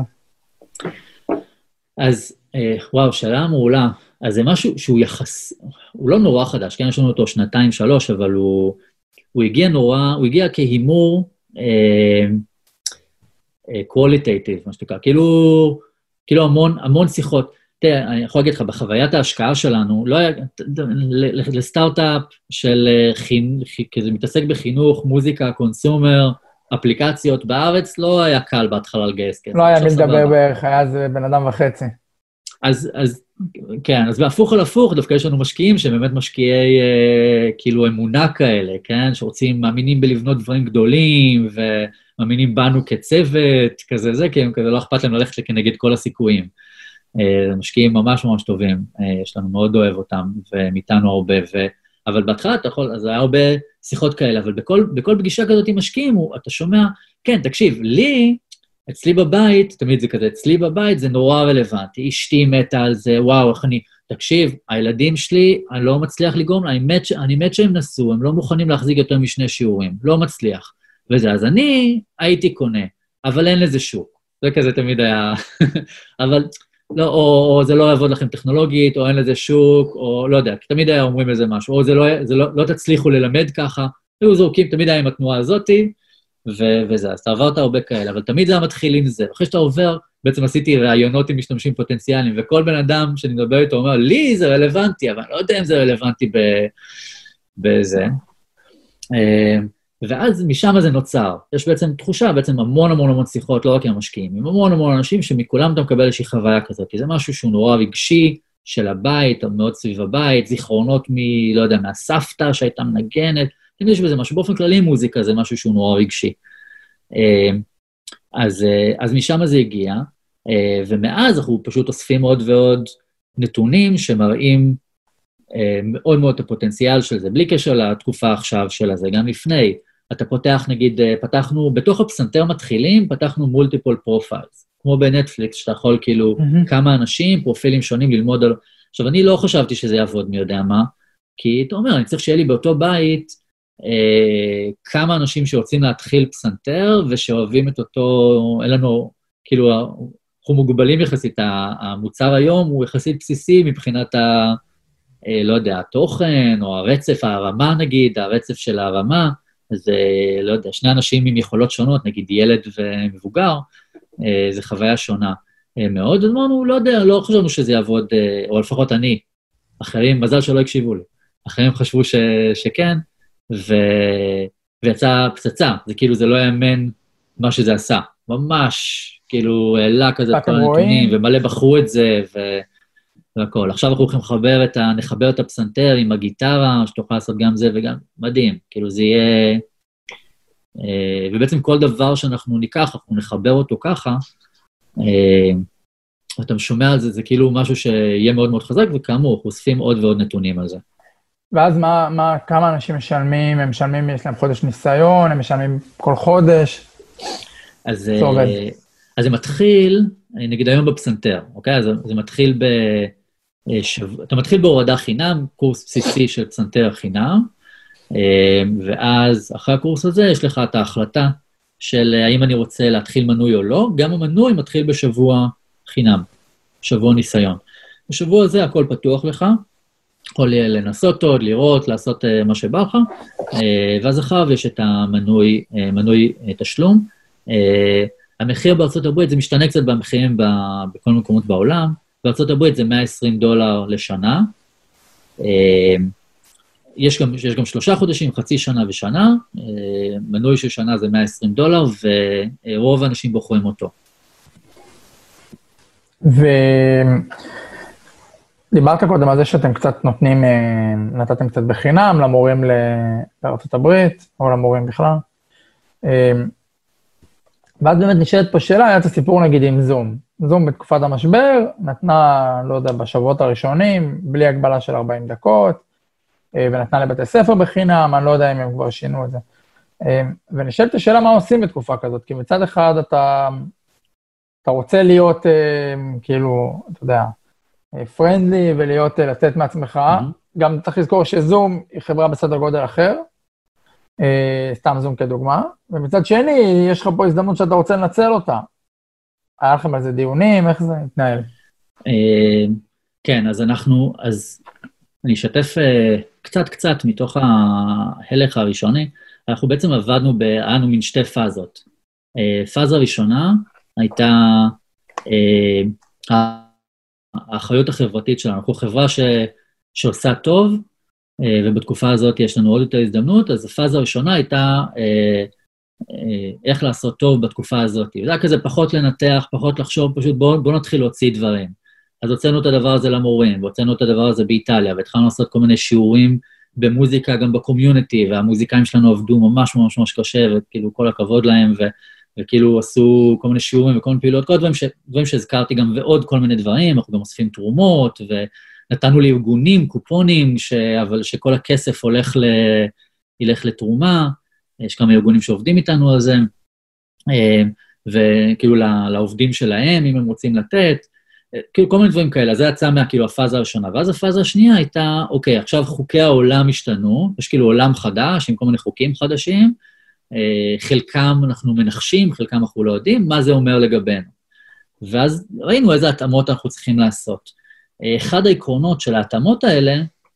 C: אז, וואו, שאלה מעולה. אז זה משהו שהוא יחס, הוא לא נורא חדש, כן, יש לנו אותו שנתיים, שלוש, אבל הוא, הוא הגיע נורא, הוא הגיע כהימור qualitative, מה שתקרא, כאילו, כאילו המון, המון שיחות. תראה, אני יכול להגיד לך, בחוויית ההשקעה שלנו, לא היה, לסטארט-אפ של חינוך, כזה מתעסק בחינוך, מוזיקה, קונסומר, אפליקציות בארץ, לא היה קל בהתחלה לגייס כסף.
A: לא היה מי לדבר בערך, היה זה בן אדם וחצי.
C: אז, אז, כן, אז בהפוך על הפוך, דווקא יש לנו משקיעים שבאמת משקיעי, אה, כאילו, אמונה כאלה, כן? שרוצים, מאמינים בלבנות דברים גדולים, ומאמינים בנו כצוות, כזה זה, כי הם כזה לא אכפת להם ללכת כנגד כל הסיכויים. אה, משקיעים ממש ממש טובים, אה, יש לנו מאוד אוהב אותם, ומאיתנו הרבה, ו... אבל בהתחלה אתה יכול, אז היה הרבה שיחות כאלה, אבל בכל, בכל פגישה כזאת עם משקיעים, אתה שומע, כן, תקשיב, לי, אצלי בבית, תמיד זה כזה, אצלי בבית זה נורא רלוונטי, אשתי מתה על זה, וואו, איך אני, תקשיב, הילדים שלי, אני לא מצליח לגרום, אני מת, אני מת שהם נסו, הם לא מוכנים להחזיק יותר משני שיעורים, לא מצליח. וזה, אז אני הייתי קונה, אבל אין לזה שוק. זה כזה תמיד היה, אבל... לא, או, או זה לא יעבוד לכם טכנולוגית, או אין לזה שוק, או לא יודע, כי תמיד היה אומרים איזה משהו, או זה לא, זה לא, לא תצליחו ללמד ככה, היו זורקים, תמיד היה עם התנועה הזאת, ו- וזה, אז אתה עברת הרבה כאלה, אבל תמיד זה המתחיל עם זה. אחרי שאתה עובר, בעצם עשיתי ראיונות עם משתמשים פוטנציאליים, וכל בן אדם שאני מדבר איתו אומר, לי זה רלוונטי, אבל אני לא יודע אם זה רלוונטי ב- בזה. ואז משם זה נוצר. יש בעצם תחושה, בעצם המון המון המון שיחות, לא רק עם המשקיעים, עם המון המון אנשים שמכולם אתה מקבל איזושהי חוויה כזאת, כי זה משהו שהוא נורא רגשי של הבית, או מאוד סביב הבית, זיכרונות מ, לא יודע, מהסבתא שהייתה מנגנת, תמיד יש בזה משהו, באופן כללי מוזיקה זה משהו שהוא נורא רגשי. אז, אז משם זה הגיע, ומאז אנחנו פשוט אוספים עוד ועוד נתונים שמראים מאוד מאוד את הפוטנציאל של זה, בלי קשר לתקופה עכשיו של זה, גם לפני. אתה פותח, נגיד, פתחנו, בתוך הפסנתר מתחילים, פתחנו מולטיפול פרופיילס, כמו בנטפליקס, שאתה יכול כאילו mm-hmm. כמה אנשים, פרופילים שונים ללמוד על... עכשיו, אני לא חשבתי שזה יעבוד מי יודע מה, כי אתה אומר, אני צריך שיהיה לי באותו בית אה, כמה אנשים שרוצים להתחיל פסנתר, ושאוהבים את אותו, אין לנו, כאילו, אנחנו מוגבלים יחסית, המוצר היום הוא יחסית בסיסי מבחינת ה... אה, לא יודע, התוכן, או הרצף, הרמה נגיד, הרצף של הרמה, אז לא יודע, שני אנשים עם יכולות שונות, נגיד ילד ומבוגר, זה חוויה שונה מאוד. אז אמרנו, לא יודע, לא חשבנו שזה יעבוד, או לפחות אני, אחרים, מזל שלא הקשיבו לי. אחרים חשבו ש, שכן, ו, ויצא פצצה. זה כאילו, זה לא יאמן מה שזה עשה. ממש, כאילו, העלה כזה את כל הנתונים, ומלא בחרו את זה, ו... והכל. עכשיו אנחנו הולכים לחבר את ה... נחבר את הפסנתר עם הגיטרה, שתוכל לעשות גם זה וגם... מדהים. כאילו זה יהיה... ובעצם כל דבר שאנחנו ניקח, אנחנו נחבר אותו ככה, אתה שומע על זה, זה כאילו משהו שיהיה מאוד מאוד חזק, וכאמור, חושפים עוד ועוד נתונים על זה.
A: ואז מה, מה, כמה אנשים משלמים? הם משלמים, יש להם חודש ניסיון, הם משלמים כל חודש?
C: אז, אז זה מתחיל, נגיד היום בפסנתר, אוקיי? אז זה מתחיל ב... אתה מתחיל בהורדה חינם, קורס בסיסי של פסנתר חינם, ואז אחרי הקורס הזה יש לך את ההחלטה של האם אני רוצה להתחיל מנוי או לא, גם המנוי מתחיל בשבוע חינם, שבוע ניסיון. בשבוע הזה הכל פתוח לך, יכול לנסות עוד, לראות, לעשות מה שבא לך, ואז אחריו יש את המנוי, מנוי תשלום. המחיר בארצות הברית, זה משתנה קצת במחירים בכל מקומות בעולם, בארצות הברית זה מאה ועשרים דולר לשנה, יש גם, יש גם שלושה חודשים, חצי שנה ושנה, מנוי של שנה זה מאה ועשרים דולר, ורוב האנשים בוחרים אותו.
A: ודיברת קודם על זה שאתם קצת נותנים, נתתם קצת בחינם למורים לארצות הברית, או למורים בכלל. ואז באמת נשאלת פה שאלה, היה את הסיפור נגיד עם זום. זום בתקופת המשבר, נתנה, לא יודע, בשבועות הראשונים, בלי הגבלה של ארבעים דקות, ונתנה לבתי ספר בחינם, אני לא יודע אם הם כבר שינו את זה. ונשאלת השאלה מה עושים בתקופה כזאת, כי מצד אחד אתה, אתה רוצה להיות, כאילו, אתה יודע, פרנדלי, ולהיות, לתת מעצמך, mm-hmm. גם צריך לזכור שזום היא חברה בסדר גודל אחר, סתם זום כדוגמה, ומצד שני, יש לך פה הזדמנות שאתה רוצה לנצל אותה. היה לכם על זה דיונים, איך זה התנהל?
C: כן, אז אנחנו, אז אני אשתף קצת קצת מתוך ההלך הראשוני, אנחנו בעצם עבדנו, היה לנו מין שתי פאזות. פאזה ראשונה הייתה האחריות החברתית שלנו, אנחנו חברה ש, שעושה טוב, ובתקופה הזאת יש לנו עוד יותר הזדמנות, אז הפאזה הראשונה הייתה איך לעשות טוב בתקופה הזאת. זה היה כזה פחות לנתח, פחות לחשוב, פשוט בואו בוא נתחיל להוציא דברים. אז הוצאנו את הדבר הזה למורים, והוצאנו את הדבר הזה באיטליה, והתחלנו לעשות כל מיני שיעורים במוזיקה, גם בקומיוניטי, והמוזיקאים שלנו עבדו ממש ממש ממש קשה, וכאילו כל הכבוד להם, ו, וכאילו עשו כל מיני שיעורים וכל מיני פעילות, כל דברים, ש, דברים שהזכרתי גם, ועוד כל מיני דברים, אנחנו גם אוספים תרומות, ונתנו לארגונים, קופונים, ש, אבל שכל הכסף הולך ל, ילך לתרומה, יש כמה ארגונים שעובדים איתנו על זה, וכאילו לעובדים שלהם, אם הם רוצים לתת, כאילו כל מיני דברים כאלה, אז זה יצא מה, כאילו, הפאזה הראשונה, ואז הפאזה השנייה הייתה, אוקיי, עכשיו חוקי העולם השתנו, יש כאילו עולם חדש, עם כל מיני חוקים חדשים, חלקם אנחנו מנחשים, חלקם אנחנו לא יודעים, מה זה אומר לגבינו. ואז ראינו איזה התאמות אנחנו צריכים לעשות. אחד העקרונות של ההתאמות האלה,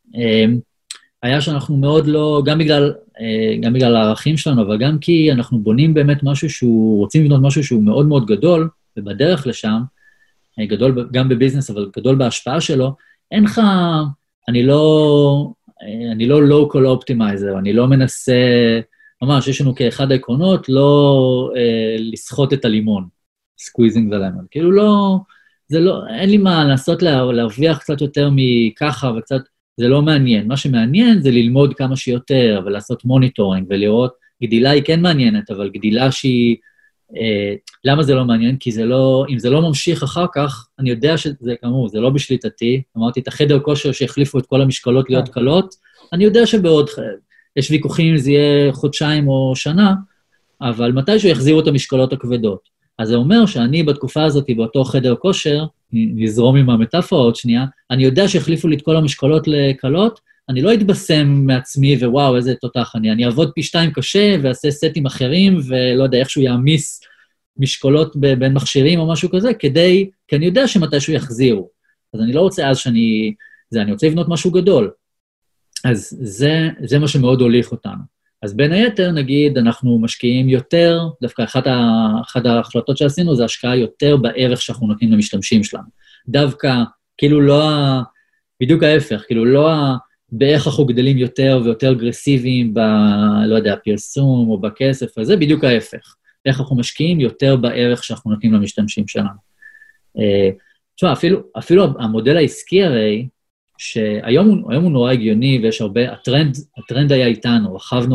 C: היה שאנחנו מאוד לא, גם בגלל, גם בגלל הערכים שלנו, אבל גם כי אנחנו בונים באמת משהו שהוא, רוצים לבנות משהו שהוא מאוד מאוד גדול, ובדרך לשם, גדול גם בביזנס, אבל גדול בהשפעה שלו, אין לך, אני לא, אני לא local optimizer, אני לא מנסה, ממש, יש לנו כאחד העקרונות, לא אה, לסחוט את הלימון, squeezing the lemon, כאילו לא, זה לא, אין לי מה לעשות, לה, להרוויח קצת יותר מככה וקצת, זה לא מעניין, מה שמעניין זה ללמוד כמה שיותר, ולעשות מוניטורינג, ולראות, גדילה היא כן מעניינת, אבל גדילה שהיא, אה, למה זה לא מעניין? כי זה לא, אם זה לא ממשיך אחר כך, אני יודע שזה, כאמור, זה לא בשליטתי, אמרתי, את החדר כושר שהחליפו את כל המשקלות להיות קלות, אני יודע שבעוד, יש ויכוחים אם זה יהיה חודשיים או שנה, אבל מתישהו יחזירו את המשקלות הכבדות. אז זה אומר שאני בתקופה הזאת, באותו חדר כושר, נזרום עם המטאפורה עוד שנייה, אני יודע שהחליפו לי את כל המשקלות לקלות, אני לא אתבשם מעצמי, ווואו, איזה תותח אני, אני אעבוד פי שתיים קשה, ואעשה סטים אחרים, ולא יודע, איכשהו יעמיס משקולות בין מכשירים או משהו כזה, כדי, כי אני יודע שמתישהו יחזירו. אז אני לא רוצה אז שאני, זה, אני רוצה לבנות משהו גדול. אז זה, זה מה שמאוד הוליך אותנו. אז בין היתר, נגיד, אנחנו משקיעים יותר, דווקא אחת, ה, אחת ההחלטות שעשינו, זה השקעה יותר בערך שאנחנו נותנים למשתמשים שלנו. דווקא, כאילו לא, בדיוק ההפך, כאילו לא באיך אנחנו גדלים יותר ויותר אגרסיביים ב, לא יודע, פרסום או בכסף, אז זה בדיוק ההפך. איך אנחנו משקיעים יותר בערך שאנחנו נותנים למשתמשים שלנו. תשמע, אפילו, אפילו המודל העסקי הרי, שהיום הוא, היום הוא נורא הגיוני, ויש הרבה, הטרנד, הטרנד היה איתנו, רכבנו עליו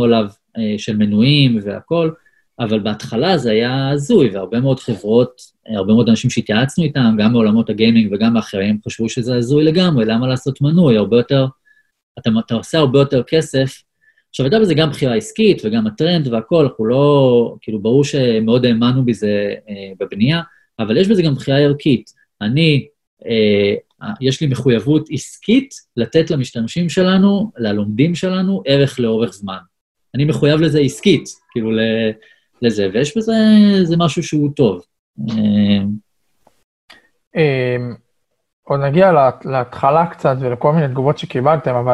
C: של מנויים והכל, אבל בהתחלה זה היה הזוי, והרבה מאוד חברות, הרבה מאוד אנשים שהתייעצנו איתם, גם מעולמות הגיימינג וגם האחרים, חשבו שזה הזוי לגמרי, למה לעשות מנוי, הרבה יותר, אתה, אתה עושה הרבה יותר כסף. עכשיו, הייתה בזה גם בחירה עסקית וגם הטרנד והכל, אנחנו לא, כאילו, ברור שמאוד האמנו בזה אה, בבנייה, אבל יש בזה גם בחירה ערכית. אני, אה, יש לי מחויבות עסקית לתת למשתמשים שלנו, ללומדים שלנו, ערך לאורך זמן. אני מחויב לזה עסקית, כאילו, לזה, ויש בזה, זה משהו שהוא טוב.
A: עוד נגיע להתחלה קצת ולכל מיני תגובות שקיבלתם, אבל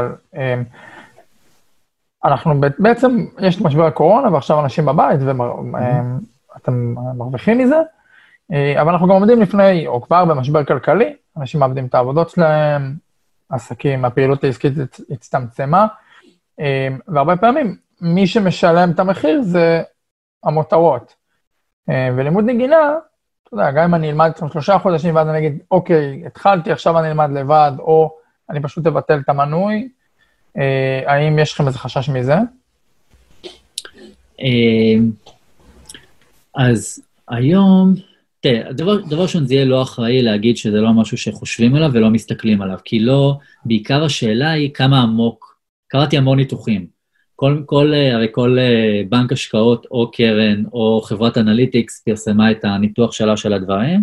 A: אנחנו בעצם, יש את משבר הקורונה, ועכשיו אנשים בבית, ואתם מרוויחים מזה, אבל אנחנו גם עומדים לפני, או כבר במשבר כלכלי, אנשים מאבדים את העבודות שלהם, עסקים, הפעילות העסקית הצטמצמה, והרבה פעמים מי שמשלם את המחיר זה המותרות. ולימוד נגינה, אתה יודע, גם אם אני אלמד אצלנו שלושה חודשים, ואז אני אגיד, אוקיי, התחלתי, עכשיו אני אלמד לבד, או אני פשוט אבטל את המנוי, האם יש לכם איזה חשש מזה?
C: אז היום, תראה, דבר, דבר schon זה יהיה לא אחראי להגיד שזה לא משהו שחושבים עליו ולא מסתכלים עליו, כי לא, בעיקר השאלה היא כמה עמוק, קראתי המון ניתוחים, כל, כל, הרי כל בנק השקעות או קרן או חברת אנליטיקס פרסמה את הניתוח שלה של הדברים,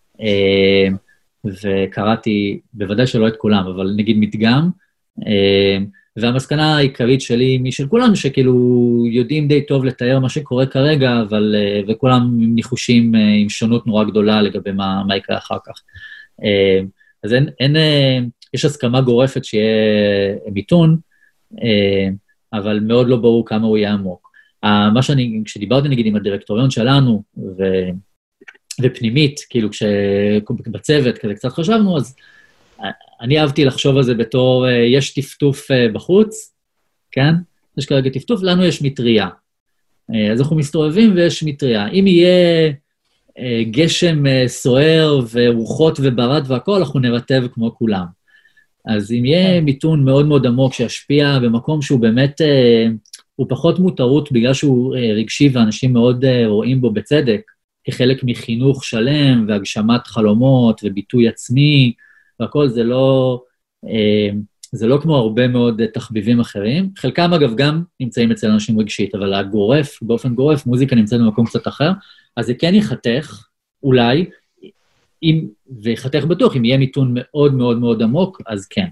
C: וקראתי, בוודאי שלא את כולם, אבל נגיד מדגם, והמסקנה העיקרית שלי, משל כולם, שכאילו יודעים די טוב לתאר מה שקורה כרגע, אבל, וכולם ניחושים עם שונות נורא גדולה לגבי מה, מה יקרה אחר כך. אז אין, אין, יש הסכמה גורפת שיהיה מיתון, אבל מאוד לא ברור כמה הוא יהיה עמוק. מה שאני, כשדיברתי נגיד עם הדירקטוריון שלנו, ו, ופנימית, כאילו כשבצוות כזה קצת חשבנו, אז אני אהבתי לחשוב על זה בתור, יש טפטוף בחוץ, כן? יש כרגע טפטוף, לנו יש מטריה. אז אנחנו מסתובבים ויש מטריה. אם יהיה גשם סוער ורוחות וברד והכל, אנחנו נרטב כמו כולם. אז אם יהיה מיתון מאוד מאוד עמוק שישפיע במקום שהוא באמת, הוא פחות מותרות בגלל שהוא רגשי ואנשים מאוד רואים בו בצדק, כחלק מחינוך שלם והגשמת חלומות וביטוי עצמי, והכל זה לא, זה לא כמו הרבה מאוד תחביבים אחרים. חלקם אגב גם נמצאים אצל אנשים רגשית, אבל הגורף, באופן גורף, מוזיקה נמצאת במקום קצת אחר, אז זה כן יחתך, אולי, אם, ויחתך בטוח, אם יהיה מיתון מאוד מאוד מאוד עמוק, אז כן.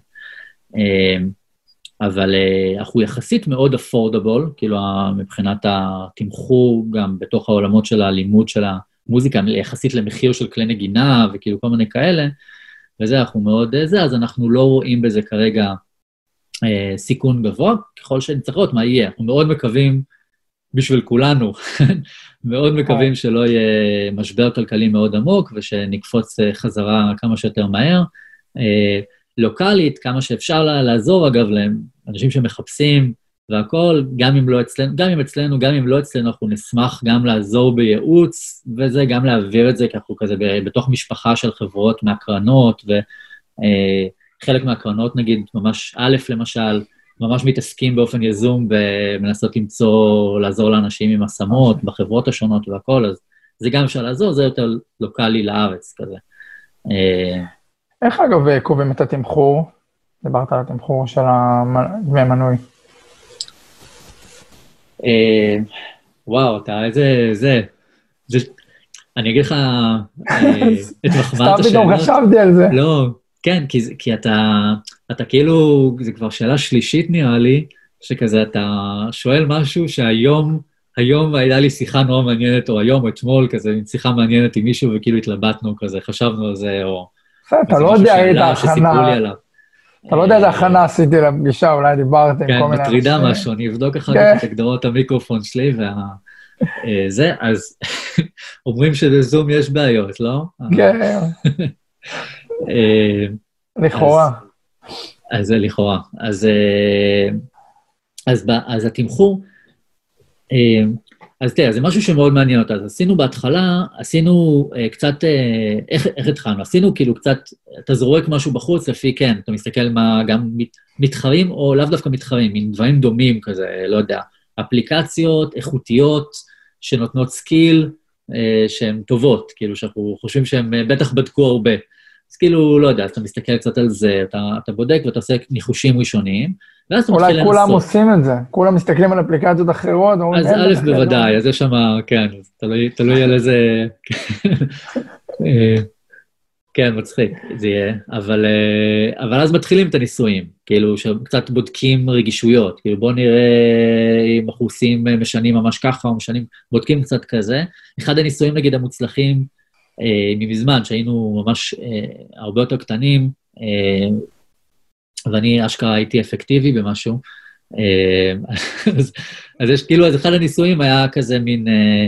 C: אבל אנחנו יחסית מאוד affordable, כאילו מבחינת התמחור, גם בתוך העולמות של הלימוד של המוזיקה, יחסית למחיר של כלי נגינה, וכאילו כל מיני כאלה, וזה, אנחנו מאוד זה, אז אנחנו לא רואים בזה כרגע אה, סיכון גבוה, ככל שנצטרך לראות מה יהיה. אנחנו מאוד מקווים, בשביל כולנו, מאוד מקווים שלא יהיה משבר כלכלי מאוד עמוק, ושנקפוץ חזרה כמה שיותר מהר. אה, לוקלית, כמה שאפשר לה, לעזור, אגב, לאנשים שמחפשים והכל, גם אם לא אצלנו, גם אם אצלנו, גם אם לא אצלנו, אנחנו נשמח גם לעזור בייעוץ, וזה גם להעביר את זה, כי אנחנו כזה בתוך משפחה של חברות מהקרנות, וחלק מהקרנות, נגיד, ממש א', למשל, ממש מתעסקים באופן יזום, ומנסות למצוא, לעזור לאנשים עם השמות, בחברות השונות והכל, אז זה גם אפשר לעזור, זה יותר לוקלי לארץ, כזה.
A: איך אגב קובעים את התמחור? דיברת על התמחור של דמי מנוי.
C: וואו, אתה איזה, זה, אני אגיד לך את מחמאת השאלות.
A: סתם פתאום חשבתי על זה.
C: לא, כן, כי אתה כאילו, זה כבר שאלה שלישית נראה לי, שכזה אתה שואל משהו שהיום, היום הייתה לי שיחה נורא מעניינת, או היום או אתמול, כזה, שיחה מעניינת עם מישהו, וכאילו התלבטנו כזה, חשבנו על זה, או...
A: אתה לא יודע איזה הכנה, אתה לא יודע איזה הכנה עשיתי לפגישה, אולי דיברתי עם כל מיני...
C: כן, מטרידה משהו, אני אבדוק אחר כך את הגדרות המיקרופון שלי, וזה, אז אומרים שבזום יש בעיות, לא?
A: כן. לכאורה.
C: אז זה לכאורה. אז התמחור, אז תראה, זה משהו שמאוד מעניין אותה. אז עשינו בהתחלה, עשינו uh, קצת, uh, איך, איך התחלנו? עשינו כאילו קצת, אתה זורק משהו בחוץ, לפי כן, אתה מסתכל מה גם מת, מתחרים, או לאו דווקא מתחרים, עם דברים דומים כזה, לא יודע, אפליקציות איכותיות שנותנות סקיל שהן טובות, כאילו שאנחנו חושבים שהן בטח בדקו הרבה. אז כאילו, לא יודע, אתה מסתכל קצת על זה, אתה, אתה בודק ואתה עושה ניחושים ראשוניים, ואז אתה מתחיל לנסות.
A: אולי כולם עושים את זה, כולם מסתכלים על אפליקציות אחרות,
C: אז א' בוודאי, אז יש שם, כן, תלוי, תלוי על איזה... כן, מצחיק, זה יהיה, אבל, אבל אז מתחילים את הניסויים, כאילו, שקצת בודקים רגישויות, כאילו, בוא נראה אם אנחנו עושים משנים ממש ככה, או משנים, בודקים קצת כזה. אחד הניסויים, נגיד, המוצלחים, ממזמן, שהיינו ממש הרבה יותר קטנים, ואני אשכרה הייתי אפקטיבי במשהו, אז, אז יש, כאילו, אז אחד הניסויים היה כזה מין...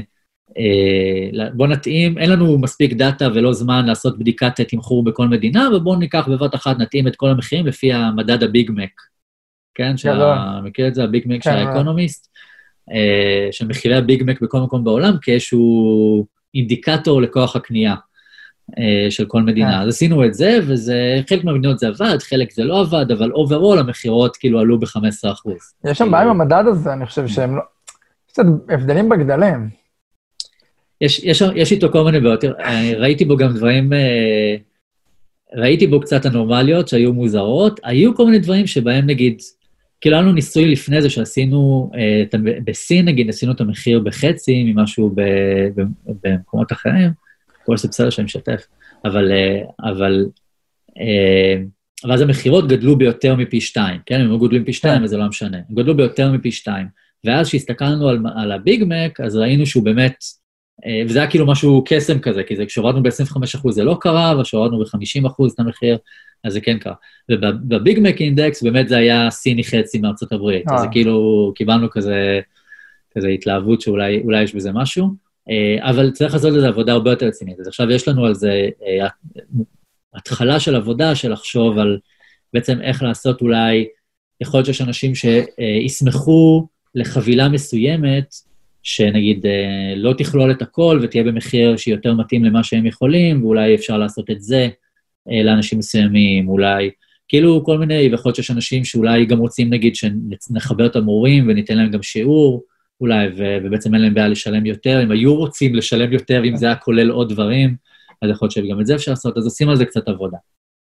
C: בוא נתאים, אין לנו מספיק דאטה ולא זמן לעשות בדיקת תמחור בכל מדינה, ובואו ניקח בבת אחת, נתאים את כל המחירים לפי המדד הביג מק, כן? מכיר את זה, הביג מק של האקונומיסט, של מחירי הביג מק בכל מקום בעולם, כאיזשהו אינדיקטור לכוח הקנייה של כל מדינה. אז עשינו את זה, וזה, חלק מהמדינות זה עבד, חלק זה לא עבד, אבל אוברול המחירות כאילו עלו ב-חמישה עשר אחוז.
A: יש שם בעיה עם המדד הזה, אני חושב שהם לא... קצת הבדלים בגדלים.
C: יש, יש, יש איתו כל מיני ביותר, ראיתי בו גם דברים, ראיתי בו קצת אנורמליות שהיו מוזרות, היו כל מיני דברים שבהם נגיד, כאילו לנו ניסוי לפני זה שעשינו, בסין נגיד, עשינו את המחיר בחצי ממשהו במקומות אחרים, כל זה בסדר שאני משתף, אבל, אבל, אבל אז המחירות גדלו ביותר מפי שתיים, כן? הם לא גדלו מפי שתיים, אז זה לא משנה, הם גדלו ביותר מפי שתיים, ואז שהסתכלנו על, על הביג מק, אז ראינו שהוא באמת, וזה היה כאילו משהו קסם כזה, כי זה כשהורדנו ב-עשרים וחמישה אחוז זה לא קרה, וכשהורדנו ב-חמישים אחוז את המחיר, אז זה כן קרה. ובביג מק אינדקס באמת זה היה סיני חצי מארצות הברית, אז זה כאילו קיבלנו כזה, כזה התלהבות שאולי אולי יש בזה משהו, אבל צריך לעשות לזה עבודה הרבה יותר רצינית. אז עכשיו יש לנו על זה התחלה של עבודה, של לחשוב על בעצם איך לעשות אולי, יכול להיות שיש אנשים שישמחו לחבילה מסוימת, שנגיד לא תכלול את הכל ותהיה במחיר שיותר מתאים למה שהם יכולים, ואולי אפשר לעשות את זה לאנשים מסוימים, אולי, כאילו כל מיני, ויכול להיות שיש אנשים שאולי גם רוצים נגיד שנחבר את המורים וניתן להם גם שיעור, אולי, ובעצם אין להם בעיה לשלם יותר, אם היו רוצים לשלם יותר, אם זה היה כולל עוד דברים, אז יכול להיות שגם את זה אפשר לעשות, אז עושים על זה קצת עבודה.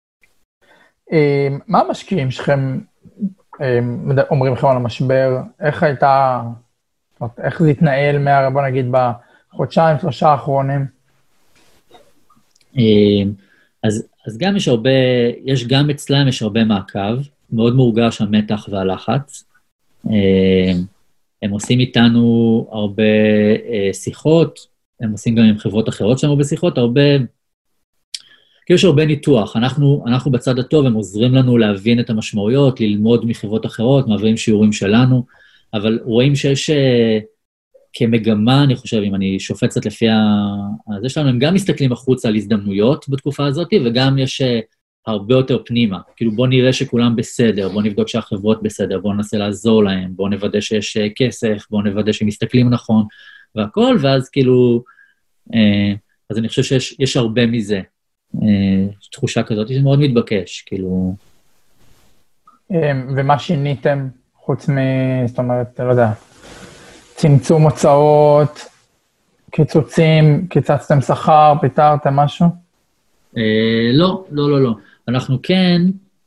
A: מה המשקיעים שלכם אומרים לכם על המשבר? איך הייתה... איך זה התנהל מה, בוא נגיד, בחודשיים, שלושה האחרונים?
C: אז, אז גם יש הרבה, יש גם אצלם יש הרבה מעקב, מאוד מורגש המתח והלחץ. הם עושים איתנו הרבה שיחות, הם עושים גם עם חברות אחרות שם הרבה שיחות, הרבה, כאילו יש הרבה ניתוח. אנחנו, אנחנו בצד הטוב, הם עוזרים לנו להבין את המשמעויות, ללמוד מחברות אחרות, מעבירים שיעורים שלנו, אבל רואים שיש כמגמה, אני חושב, אם אני שופצת לפי זה שלנו, הם גם מסתכלים החוצה על הזדמנויות בתקופה הזאת, וגם יש הרבה יותר פנימה. כאילו, בוא נראה שכולם בסדר, בוא נבדוק שהחברות בסדר, בוא ננסה לעזור להם, בוא נוודא שיש כסף, בוא נוודא שמסתכלים נכון, והכל, ואז כאילו, אז אני חושב שיש יש הרבה מזה. תחושה כזאת, זה מאוד מתבקש, כאילו.
A: ומה שיניתם? חוץ מ... זאת אומרת, לא יודע, צמצום הוצאות, קיצוצים, קיצצתם שכר, פיתרתם משהו?
C: לא, לא, לא, לא. אנחנו כן,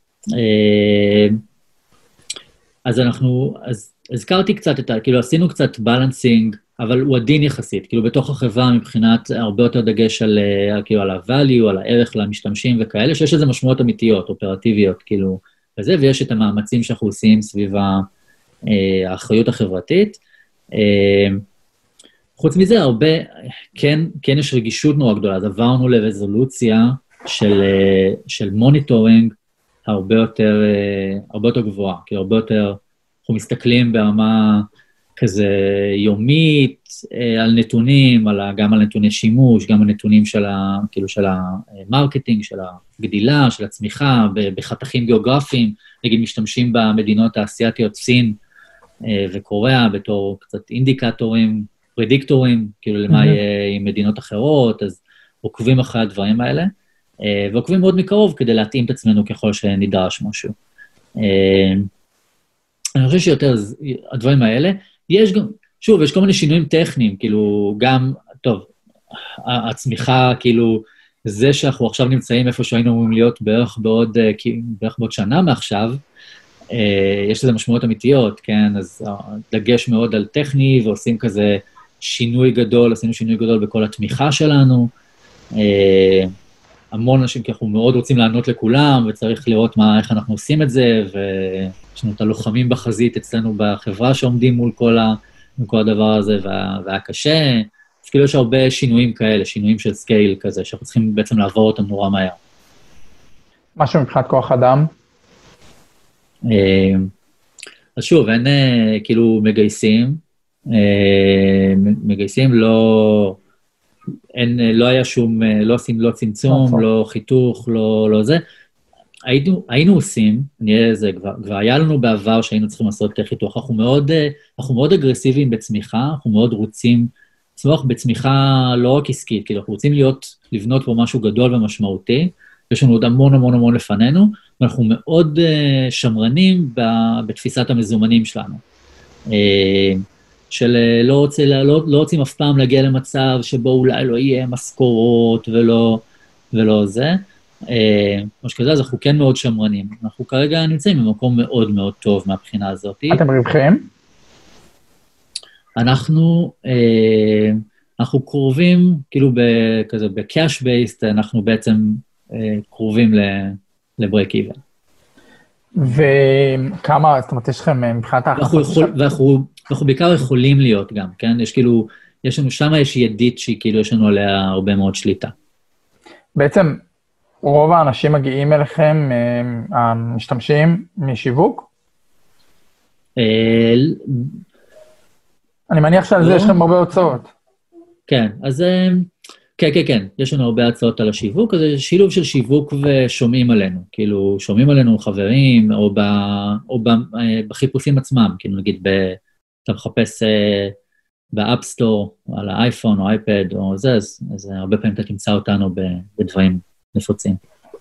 C: אז אנחנו, אז הזכרתי קצת את ה... כאילו, עשינו קצת בלנסינג, אבל הוא עדין יחסית, כאילו, בתוך החברה מבחינת הרבה יותר דגש על, כאילו, על ה-value, על הערך למשתמשים וכאלה, שיש איזה משמעות אמיתיות, אופרטיביות, כאילו, וזה, ויש את המאמצים שאנחנו עושים סביב האחריות החברתית. חוץ מזה, הרבה, כן, כן יש רגישות נורא גדולה, אז עברנו לרזולוציה של, של מוניטורינג הרבה יותר, הרבה יותר גבוהה, כי הרבה יותר, אנחנו מסתכלים ברמה כזה יומית על נתונים, על, גם על נתוני שימוש, גם על נתונים של, ה, כאילו של המרקטינג, של הגדילה, של הצמיחה, בחתכים גיאוגרפיים, נגיד משתמשים במדינות האסייתיות, סין וקוריאה, בתור קצת אינדיקטורים, פרדיקטורים, כאילו למה יהיה עם מדינות אחרות, אז עוקבים אחרי הדברים האלה, ועוקבים מאוד מקרוב כדי להתאים את עצמנו ככל שנדרש משהו. אני חושב שיותר הדברים האלה, יש גם, שוב, יש כל מיני שינויים טכניים, כאילו, גם, טוב, הצמיחה, כאילו, זה שאנחנו עכשיו נמצאים איפה שהיינו אמורים להיות בערך בעוד, בערך בעוד שנה מעכשיו, יש לזה משמעויות אמיתיות, כן? אז דגש מאוד על טכני, ועושים כזה שינוי גדול, עשינו שינוי גדול בכל התמיכה שלנו, המון אנשים, כי אנחנו מאוד רוצים לענות לכולם, וצריך לראות מה, איך אנחנו עושים את זה, ויש לנו את הלוחמים בחזית אצלנו בחברה שעומדים מול כל, ה, מול כל הדבר הזה, וה, והיה קשה. אז כאילו יש הרבה שינויים כאלה, שינויים של סקייל כזה, שאנחנו צריכים בעצם לעבור אותם נורא מהר.
A: משהו מבחינת כוח אדם?
C: אז שוב, אין כאילו מגייסים, מגייסים לא... אין, לא היה שום, לא עושים, לא צמצום, לא חיתוך, לא, לא זה. היינו, היינו עושים, נהיה זה, כבר, כבר היה לנו בעבר שהיינו צריכים לעשות חיתוך. אנחנו מאוד, אנחנו מאוד אגרסיביים בצמיחה, אנחנו מאוד רוצים לצמוח בצמיחה לא רק עסקית, כאילו אנחנו רוצים להיות, לבנות פה משהו גדול ומשמעותי, יש לנו עוד המון המון המון לפנינו, ואנחנו מאוד שמרנים בתפיסת המזומנים שלנו. של לא, רוצה, לא, לא רוצים אף פעם להגיע למצב שבו אולי לא יהיה משכורות ולא, ולא זה. כמו שכזה, אז אנחנו כן מאוד שמרנים. אנחנו כרגע נמצאים במקום מאוד מאוד טוב מהבחינה הזאת.
A: אתם רווחים?
C: אנחנו, אנחנו קרובים, כאילו כזה, ב-cash based, אנחנו בעצם קרובים ל-break even.
A: וכמה, זאת אומרת, יש לכם מבחינת ההכנסות?
C: ואנחנו, אנחנו בעיקר יכולים להיות גם, כן? יש כאילו, יש לנו, שמה יש ידית שהיא כאילו, יש לנו עליה הרבה מאוד שליטה.
A: בעצם, רוב האנשים מגיעים אליכם, המשתמשים משיווק? אני מניח שעל זה יש לכם הרבה הוצאות. כן, אז כן, כן, כן, יש לנו הרבה הצעות על השיווק, אז זה שילוב של שיווק ושומעים עלינו, כאילו, שומעים עלינו חברים, או, ב, או ב, בחיפושים עצמם, כאילו, נגיד, ב, אתה מחפש באפסטור, על האייפון או אייפד או זה, אז, אז הרבה פעמים אתה תמצא אותנו בדברים נפוצים.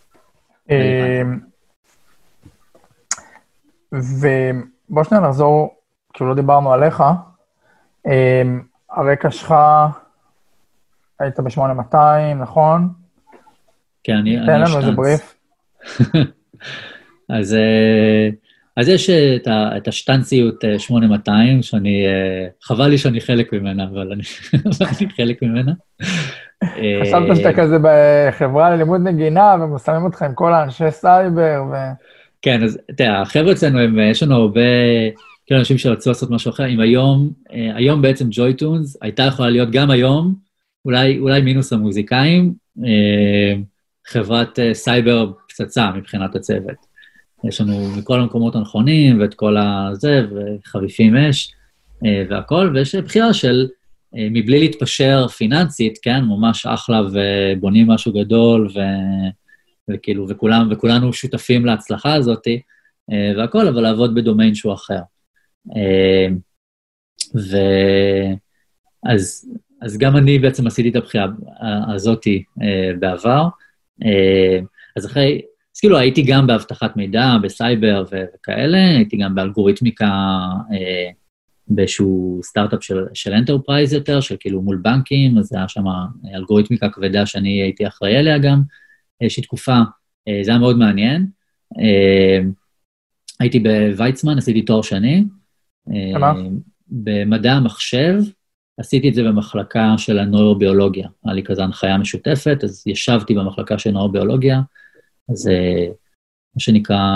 A: ובוא שניה נחזור, כאילו לא דיברנו עליך, הרקע שלך, היית ב-שמונה מאתיים, נכון?
C: כן, אני...
A: תן לנו איזה בריף.
C: אז, אז יש את, ה, את השטנציות שמונה מאתיים, שאני... חבל לי שאני חלק ממנה, אבל אני, אני חלק ממנה.
A: חשבת שאתה כזה בחברה ללימוד נגינה, ומושמים אותך עם כל האנשי סייבר, ו...
C: כן, אז תראה, החבר'ה אצלנו, הם, יש לנו הרבה... כאילו אנשים שרצו לעשות משהו אחר, אם היום, היום בעצם ג'וי-טונס, הייתה יכולה להיות גם היום, אולי, אולי מינוס המוזיקאים, חברת סייבר פצצה מבחינת הצוות. יש לנו מכל המקומות הנכונים, ואת כל הזה, וחריפים אש, והכל, ויש בחירה של, מבלי להתפשר פיננסית, כן, ממש אחלה, ובונים משהו גדול, ו, וכאילו, וכולם, וכולנו שותפים להצלחה הזאת, והכל, אבל לעבוד בדומיין שהוא אחר. ואז, אז גם אני בעצם עשיתי את הבחירה הזאת בעבר. אז אחרי, אז כאילו הייתי גם בהבטחת מידע, בסייבר וכאלה, הייתי גם באלגוריתמיקה, באיזשהו סטארט-אפ של, של אנטרפרייז יותר, של כאילו מול בנקים, אז זה היה שם אלגוריתמיקה כבדה שאני הייתי אחראי עליה גם, איזושהי תקופה, זה היה מאוד מעניין. הייתי בוויצמן, עשיתי תואר שני, במדע המחשב, עשיתי את זה במחלקה של הנוירוביולוגיה, היה לי כזה הנחיה משותפת, אז ישבתי במחלקה של נוירוביולוגיה, אז מה שנקרא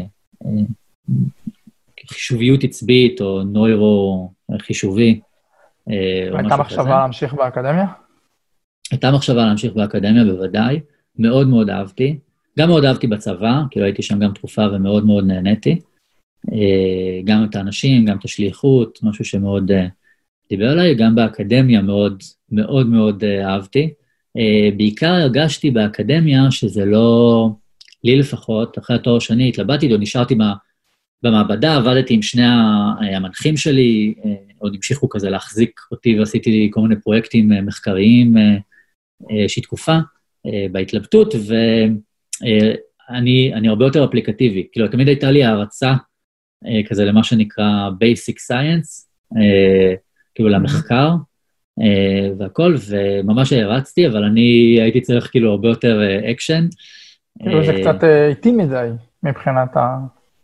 C: חישוביות עצבית, או נוירו-חישובי.
A: הייתה מחשבה להמשיך באקדמיה?
C: הייתה מחשבה להמשיך באקדמיה, בוודאי. מאוד מאוד אהבתי. גם מאוד אהבתי בצבא, כאילו הייתי שם גם תקופה ומאוד מאוד נהניתי. גם את האנשים, גם את השליחות, משהו שמאוד דיבר עליי, גם באקדמיה מאוד מאוד מאוד אהבתי. בעיקר הרגשתי באקדמיה שזה לא, לי לפחות, אחרי התואר שני התלבטתי, או נשארתי במעבדה, עבדתי עם שני המנחים שלי, עוד המשיכו כזה להחזיק אותי, ועשיתי כל מיני פרויקטים מחקריים שתקופה בהתלבטות, ואני אני הרבה יותר אפליקטיבי, כאילו תמיד הייתה לי הערצה כזה למה שנקרא basic science, כאילו למחקר והכל, וממש הרצתי, אבל אני הייתי צריך כאילו הרבה יותר אקשן.
A: כאילו זה קצת איטי מדי מבחינת ה...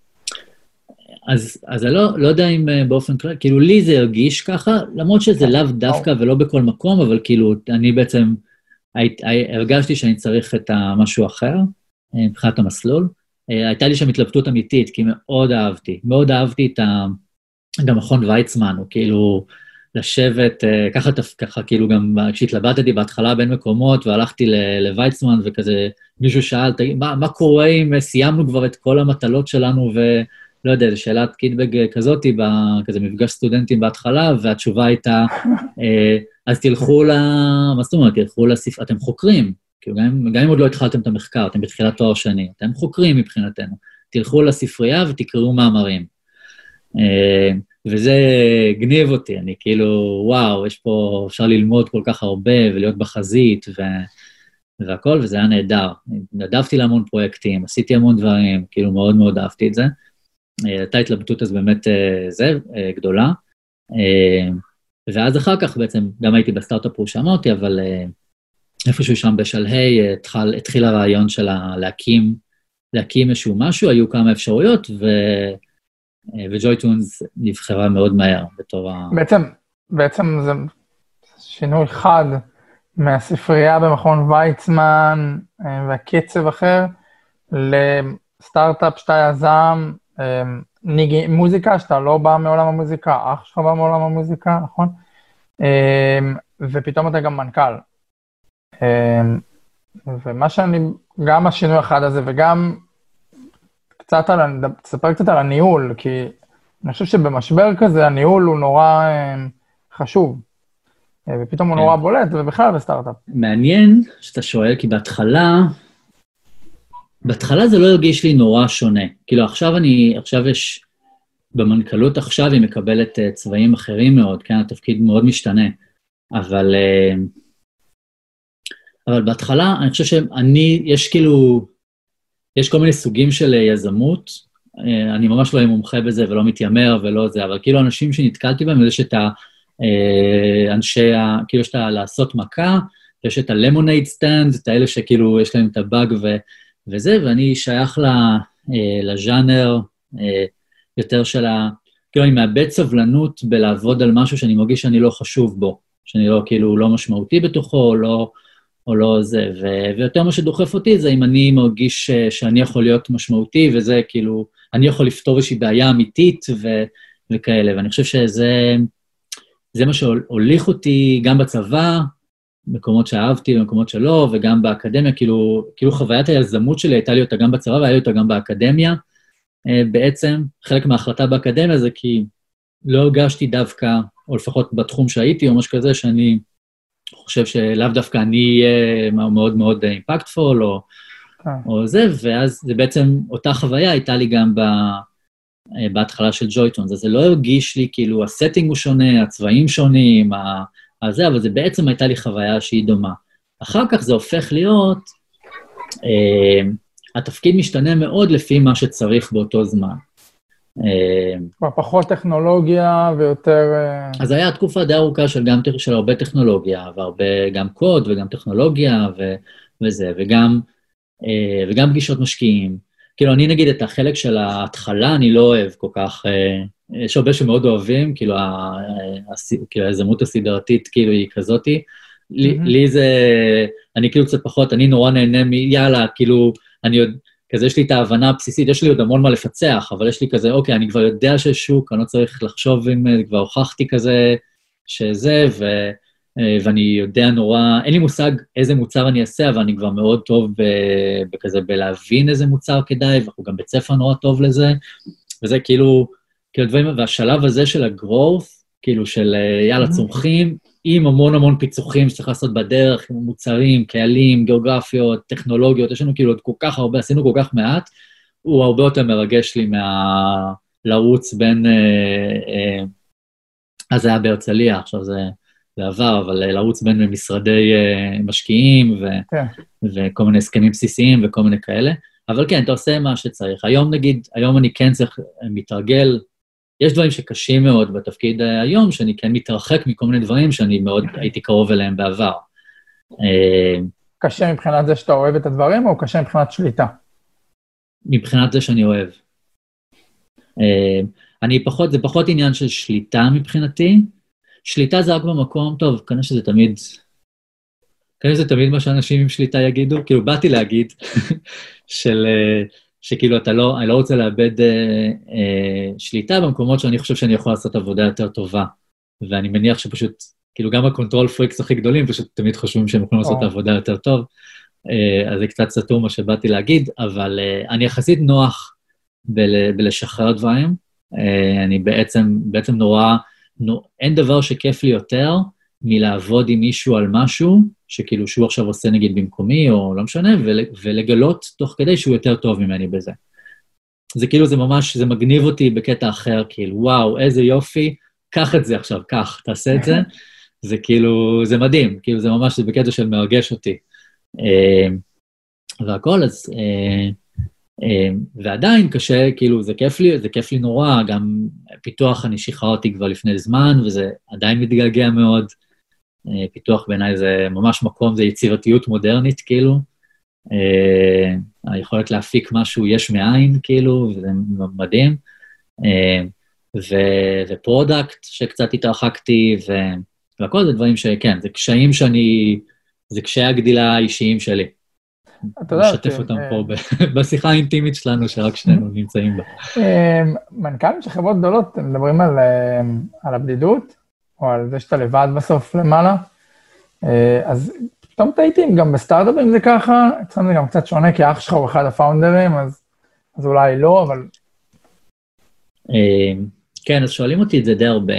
C: אז, אז אני לא, לא יודע אם באופן כלל, כאילו לי זה הרגיש ככה, למרות שזה לאו דווקא ולא בכל מקום, אבל כאילו אני בעצם הרגשתי שאני צריך את המשהו אחר, מבחינת המסלול. הייתה לי שם התלבטות אמיתית, כי מאוד אהבתי, מאוד אהבתי את ה... גם מכון ויצמן, הוא כאילו לשבת, ככה, ככה כאילו גם כשהתלבטתי בהתחלה בין מקומות, והלכתי לויצמן וכזה, מישהו שאל, מה, מה קורה אם סיימנו כבר את כל המטלות שלנו, ולא יודע, זו שאלת קיטבג כזאת, כזה מפגש סטודנטים בהתחלה, והתשובה הייתה, אז תלכו ל... מה זאת אומרת? תלכו לספר... אתם חוקרים, כאילו גם, גם אם עוד לא התחלתם את המחקר, אתם בתחילת תואר שני, אתם חוקרים מבחינתנו, תלכו לספרייה ותקראו מאמרים. וזה גניב אותי, אני כאילו, וואו, יש פה, אפשר ללמוד כל כך הרבה ולהיות בחזית ו... והכל, וזה היה נהדר. נדבתי להמון פרויקטים, עשיתי המון דברים, כאילו מאוד מאוד אהבתי את זה. הייתה התלבטות אז באמת זה, גדולה. ואז אחר כך בעצם, גם הייתי בסטארט-אפ הוא שאמרתי, אבל איפשהו שם בשלהי, התחיל, התחיל הרעיון של להקים, להקים איזשהו משהו, היו כמה אפשרויות, ו... וג'וי-טונס נבחרה מאוד מהר בתור ה...
A: בעצם, בעצם זה שינוי חד מהספרייה במכון ויצמן והקצב אחר, לסטארט-אפ שאתה יזם, מוזיקה שאתה לא בא מעולם המוזיקה, אח שלך בא מעולם המוזיקה, נכון? ופתאום אתה גם מנכ"ל. ומה שאני, גם השינוי החד הזה וגם קצת על, תספר קצת על הניהול, כי אני חושב שבמשבר כזה הניהול הוא נורא חשוב, ופתאום הוא נורא בולט, ובכלל בסטארט-אפ.
C: מעניין שאתה שואל, כי בהתחלה, בהתחלה זה לא הרגיש לי נורא שונה. כאילו עכשיו אני, עכשיו יש, במנכ"לות עכשיו היא מקבלת צבעים אחרים מאוד, כן, התפקיד מאוד משתנה, אבל, אבל בהתחלה אני חושב שאני, יש כאילו, יש כל מיני סוגים של יזמות, אני ממש לא מומחה בזה ולא מתיימר ולא זה, אבל כאילו אנשים שנתקלתי בהם, יש את האנשי, כאילו יש את לעשות מכה, יש את הלמונייד סטנד, את האלה שכאילו יש להם את הבאג ו, וזה, ואני שייך לז'אנר יותר של ה... כאילו אני מאבד סבלנות בלעבוד על משהו שאני מרגיש שאני לא חשוב בו, שאני לא כאילו לא משמעותי בתוכו, או לא... או לא זה, ו- ויותר מה שדוחף אותי זה אם אני מרגיש ש- שאני יכול להיות משמעותי, וזה כאילו, אני יכול לפתור איזושהי בעיה אמיתית ו- וכאלה, ואני חושב שזה זה מה שהוליך אותי גם בצבא, מקומות שאהבתי ומקומות שלא, וגם באקדמיה, כאילו, כאילו חוויית היזמות שלי הייתה לי אותה גם בצבא, והיה לי אותה גם באקדמיה, בעצם חלק מההחלטה באקדמיה זה כי לא הרגשתי דווקא, או לפחות בתחום שהייתי, או משהו כזה, שאני חושב שלאו דווקא אני אהיה מאוד מאוד אימפקטפול, או, או זה, ואז זה בעצם, אותה חוויה הייתה לי גם ב, בהתחלה של ג'וי-טונס, אז זה לא הרגיש לי, כאילו, הסטינג הוא שונה, הצבעים שונים, זה, אבל זה בעצם הייתה לי חוויה שהיא דומה. אחר כך זה הופך להיות, אה, התפקיד משתנה מאוד לפי מה שצריך באותו זמן.
A: כבר פחות טכנולוגיה ויותר...
C: אז היה תקופה די ארוכה של גם של הרבה טכנולוגיה, והרבה גם קוד וגם טכנולוגיה ו, וזה, וגם, וגם פגישות משקיעים. כאילו, אני נגיד את החלק של ההתחלה, אני לא אוהב כל כך, יש הרבה שמאוד אוהבים, כאילו, היזמות הסדרתית, כאילו, היא כזאתי. לי, לי זה, אני כאילו קצת פחות, אני נורא נהנה מ... יאללה, כאילו, אני עוד... כזה יש לי את ההבנה הבסיסית, יש לי עוד המון מה לפצח, אבל יש לי כזה, אוקיי, אני כבר יודע שיש שוק, אני לא צריך לחשוב אם כבר הוכחתי כזה שזה, ו, ואני יודע נורא, אין לי מושג איזה מוצר אני אעשה, אבל אני כבר מאוד טוב בכזה, בלהבין איזה מוצר כדאי, ואנחנו גם בית ספר נורא טוב לזה, וזה כאילו, כאילו דברים, והשלב הזה של הגרורת, כאילו של יאללה צומחים, עם המון המון פיצוחים שצריך לעשות בדרך, עם מוצרים, קהלים, גיאוגרפיות, טכנולוגיות, יש לנו כאילו עוד כל כך הרבה, עשינו כל כך מעט, הוא הרבה יותר מרגש לי מה... לרוץ בין... אז זה היה בהרצליה, עכשיו זה בעבר, אבל לרוץ בין משרדי משקיעים ו... וכל מיני הסכמים בסיסיים וכל מיני כאלה, אבל כן, אתה עושה מה שצריך. היום נגיד, היום אני כן צריך מתרגל, יש דברים שקשים מאוד בתפקיד היום, שאני כן מתרחק מכל מיני דברים שאני מאוד הייתי קרוב אליהם בעבר.
A: קשה מבחינת זה שאתה אוהב את הדברים, או קשה מבחינת שליטה?
C: מבחינת זה שאני אוהב. אני פחות, זה פחות עניין של שליטה מבחינתי. שליטה זה רק במקום, טוב, כנראה שזה תמיד, כנראה שזה תמיד מה שאנשים עם שליטה יגידו, כאילו באתי להגיד, של, שכאילו אתה לא, אני לא רוצה לאבד אה, אה, שליטה במקומות שאני חושב שאני יכול לעשות עבודה יותר טובה. ואני מניח שפשוט, כאילו גם הקונטרול פריקס הכי גדולים, פשוט תמיד חושבים שהם יכולים לעשות עבודה יותר טוב. אה, אז זה קצת סתום מה שבאתי להגיד, אבל אה, אני יחסית נוח בל, בלשחרר דברים. אה, אני בעצם, בעצם נורא, נור, אין דבר שכיף לי יותר מלעבוד עם מישהו על משהו, שכאילו שהוא עכשיו עושה נגיד במקומי, או לא משנה, ולגלות תוך כדי שהוא יותר טוב ממני בזה. זה כאילו, זה ממש, זה מגניב אותי בקטע אחר, כאילו, וואו, איזה יופי, קח את זה עכשיו, קח, תעשה את זה. זה כאילו, זה מדהים, כאילו, זה ממש, זה בקטע של מרגש אותי. והכל, אז, ועדיין קשה, כאילו, זה כיף לי, זה כיף לי נורא, גם פיתוח אני שחררתי כבר לפני זמן, וזה עדיין מתגלגע מאוד. פיתוח בעיניי זה ממש מקום, זה יצירתיות מודרנית, כאילו. היכולת להפיק משהו יש מאין, כאילו, וזה מדהים. ופרודקט שקצת התרחקתי, והכל זה דברים שכן, זה קשיים שאני, זה קשיי הגדילה האישיים שלי.
A: אתה יודע,
C: משתף אותם פה בשיחה האינטימית שלנו, שרק שנינו נמצאים בה.
A: מנכ"לים של חברות גדולות, מדברים על הבדידות, או על זה שאתה לבד בסוף למעלה, אז פתאום טעיתי, גם בסטארט-אפים זה ככה, אצלנו זה גם קצת שונה, כי אח שלך הוא אחד הפאונדרים, אז, אז אולי לא, אבל...
C: כן, אז שואלים אותי את זה די הרבה.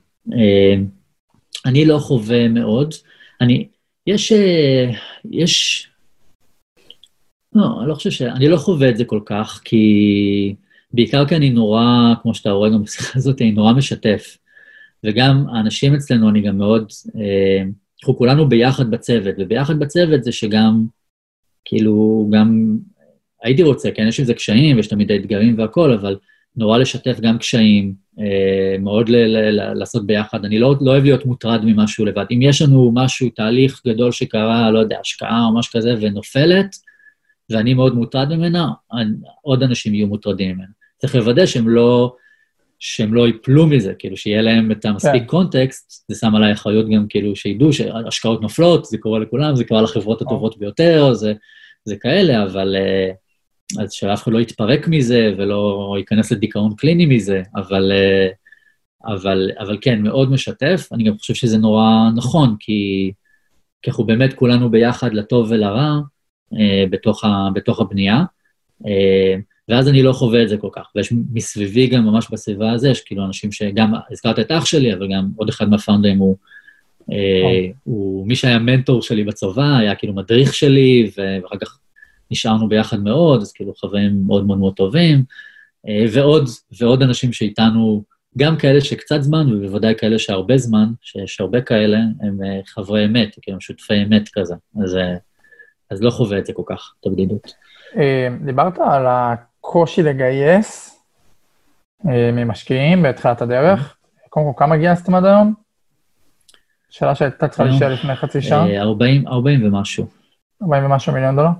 C: אני לא חווה מאוד. אני, יש, יש... לא, אני לא חושב ש... אני לא חווה את זה כל כך, כי בעיקר כי אני נורא, כמו שאתה רואה גם בשיחה הזאת, אני נורא משתף. וגם האנשים אצלנו, אני גם מאוד, אנחנו כולנו ביחד בצוות, וביחד בצוות זה שגם, כאילו, גם, הייתי רוצה, כן, יש עם זה קשיים, ויש תמיד האתגרים והכל, אבל נורא לשתף גם קשיים, מאוד ל- ל- לעשות ביחד. אני לא, לא אוהב להיות מוטרד ממשהו לבד. אם יש לנו משהו, תהליך גדול שקרה, לא יודע, השקעה או משהו כזה, ונופלת, ואני מאוד מוטרד ממנה, עוד אנשים יהיו מוטרדים ממנה. צריך לוודא שהם לא... שהם לא ייפלו מזה, כאילו שיהיה להם את המספיק קונטקסט, זה שם עליי אחריות גם כאילו שידעו שהשקעות נופלות, זה קורה לכולם, זה קורה לחברות הטובות ביותר, זה, זה כאלה, אבל אז שאף אחד לא יתפרק מזה, ולא ייכנס לדיכאון קליני מזה, אבל, אבל, אבל כן, מאוד משתף, אני גם חושב שזה נורא נכון, כי, כי אנחנו באמת כולנו ביחד לטוב ולרע, בתוך, ה, בתוך הבנייה, ואז אני לא חווה את זה כל כך, ויש מסביבי גם ממש בסביבה הזה, יש כאילו אנשים שגם, הזכרת את אח שלי, אבל גם עוד אחד מהפאונדרים הוא, אה, הוא מי שהיה מנטור שלי בצבא, היה כאילו מדריך שלי, ואחר כך נשארנו ביחד מאוד, אז כאילו חברים מאוד מאוד מאוד טובים, אה, ועוד, ועוד אנשים שאיתנו, גם כאלה שקצת זמן, ובוודאי כאלה שהרבה זמן, שיש הרבה כאלה, הם חברי אמת, כאילו שותפי אמת כזה, אז, אז לא חווה את זה כל כך, את הבדידות.
A: דיברת על הקושי לגייס ממשקיעים בתחילת הדרך. קודם כל, כמה גייסתם עד היום? שאלה שהייתה צריכה להישאר לפני חצי שעה.
C: ארבעים, ארבעים ומשהו.
A: ארבעים ומשהו מיליון דולר.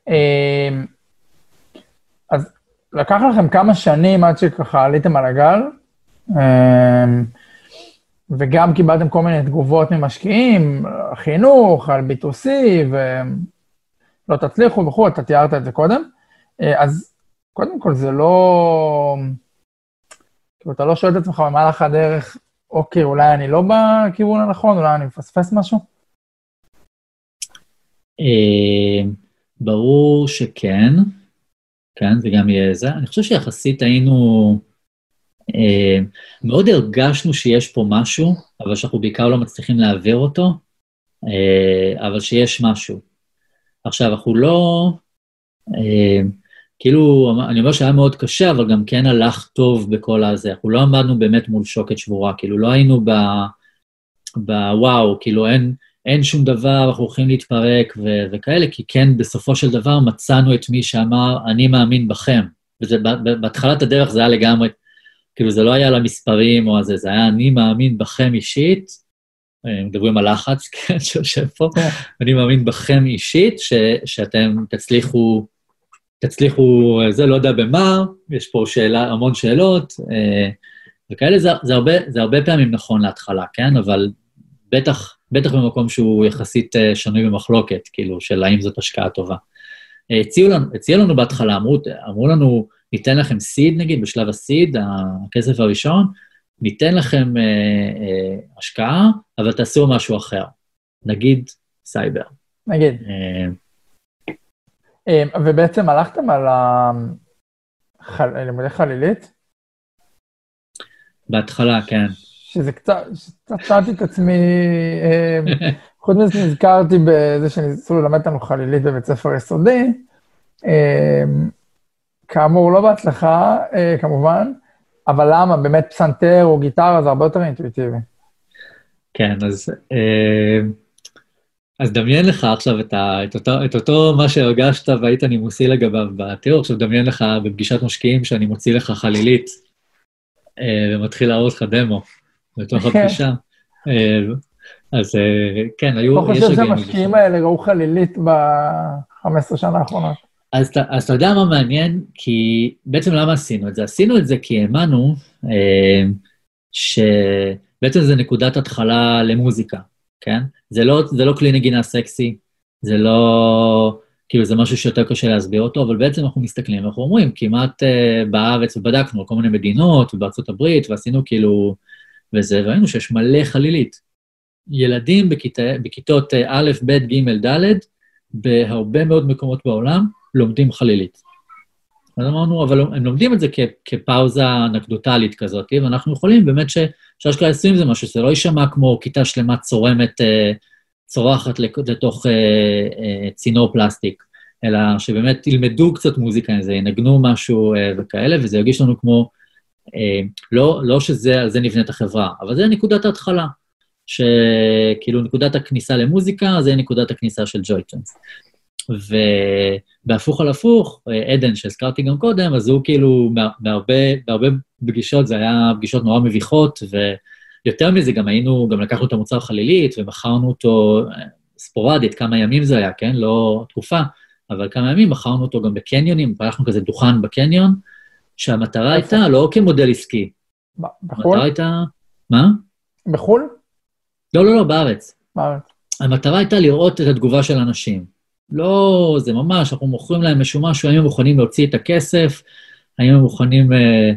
A: אז לקח לכם כמה שנים עד שככה עליתם על הגל, וגם קיבלתם כל מיני תגובות ממשקיעים, חינוך, על בי טו סי, ו... לא תצליחו וכו', אתה תיארת את זה קודם, אז קודם כל זה לא, כאילו אתה לא שואל את עצמך במהלך הדרך, אוקיי, אולי אני לא בכיוון הנכון, אולי אני מפספס משהו?
C: ברור שכן, כן, זה גם יהיה זה. אני חושב שיחסית היינו, מאוד הרגשנו שיש פה משהו, אבל שאנחנו בעיקר לא מצליחים להעביר אותו, אבל שיש משהו. עכשיו, אנחנו לא, אה, כאילו, אני אומר שהיה מאוד קשה, אבל גם כן הלך טוב בכל הזה. אנחנו לא עמדנו באמת מול שוקת שבורה, כאילו לא היינו ב, בוואו, כאילו אין, אין שום דבר, אנחנו הולכים להתפרק ו, וכאלה, כי כן, בסופו של דבר מצאנו את מי שאמר, אני מאמין בכם. וזה, בהתחלת הדרך זה היה לגמרי, כאילו זה לא היה למספרים או הזה, זה היה אני מאמין בכם אישית, מדברים על לחץ, כן, שיושב פה, אני מאמין בכם אישית, ש, שאתם תצליחו, תצליחו, זה לא יודע במה, יש פה שאלה, המון שאלות, וכאלה, זה, זה, הרבה, זה הרבה פעמים נכון להתחלה, כן, אבל בטח, בטח במקום שהוא יחסית שנוי במחלוקת, כאילו, של האם זאת השקעה טובה. הציעו לנו, הציעו לנו בהתחלה, אמרו, אמרו לנו, ניתן לכם סיד, נגיד, בשלב הסיד, הכסף הראשון, ניתן לכם אה, אה, השקעה, אבל תעשו משהו אחר. נגיד סייבר.
A: נגיד. אה... אה, ובעצם הלכתם על החל... לימודי חלילית?
C: בהתחלה, כן.
A: שזה קצת, שצעתי את עצמי, אה, חוץ מזה נזכרתי בזה שניסו ללמד לנו חלילית בבית ספר יסודי, אה, כאמור, לא בהצלחה, אה, כמובן, אבל למה? באמת פסנתר או גיטרה זה הרבה יותר אינטואיטיבי.
C: כן, אז, אז דמיין לך עכשיו את, ה, את, אותו, את אותו מה שהרגשת והיית נימוסי לגביו בתיאור, עכשיו דמיין לך בפגישת משקיעים שאני מוציא לך חלילית, ומתחיל להראות לך דמו, בתוך הפגישה. אז כן, היו...
A: אני חושב שהמשקיעים האלה ראו חלילית ב-חמש עשרה שנה האחרונות.
C: אז, אז אתה יודע מה מעניין? כי בעצם למה עשינו את זה? עשינו את זה כי האמנו אה, שבעצם זה נקודת התחלה למוזיקה, כן? זה לא, זה לא כלי נגינה סקסי, זה לא, כאילו זה משהו שיותר קשה להסביר אותו, אבל בעצם אנחנו מסתכלים, אנחנו אומרים, כמעט אה, בארץ, ובדקנו כל מיני מדינות, ובארצות הברית, ועשינו כאילו, וזה, ראינו שיש מלא חלילית. ילדים בכיתה, בכיתות א', ב', ג', ד', בהרבה מאוד מקומות בעולם, לומדים חלילית. אז אמרנו, אבל הם לומדים את זה כ- כפאוזה אנקדוטלית כזאת, ואנחנו יכולים באמת שאשכרה עשרים זה משהו, זה לא יישמע כמו כיתה שלמה צורמת, צורחת לתוך צינור פלסטיק, אלא שבאמת ילמדו קצת מוזיקה עם זה, ינגנו משהו וכאלה, וזה ירגיש לנו כמו, לא, לא שזה, על זה נבנית החברה, אבל זה נקודת ההתחלה, שכאילו נקודת הכניסה למוזיקה, זה נקודת הכניסה של ג'וי-טרנס. ובהפוך על הפוך, עדן שהזכרתי גם קודם, אז הוא כאילו בהרבה, בהרבה פגישות, זה היה פגישות נורא מביכות, ויותר מזה גם היינו, גם לקחנו את המוצר חלילית, ומכרנו אותו ספורדית, כמה ימים זה היה, כן? לא תקופה, אבל כמה ימים מכרנו אותו גם בקניונים, פרחנו כזה דוכן בקניון, שהמטרה הייתה לא כמודל עסקי.
A: בחול?
C: המטרה הייתה... מה?
A: בחול?
C: לא, לא, לא, בארץ.
A: בארץ.
C: המטרה הייתה לראות את התגובה של אנשים. לא, זה ממש, אנחנו מוכרים להם משהו משהו, האם הם מוכנים להוציא את הכסף, האם הם מוכנים,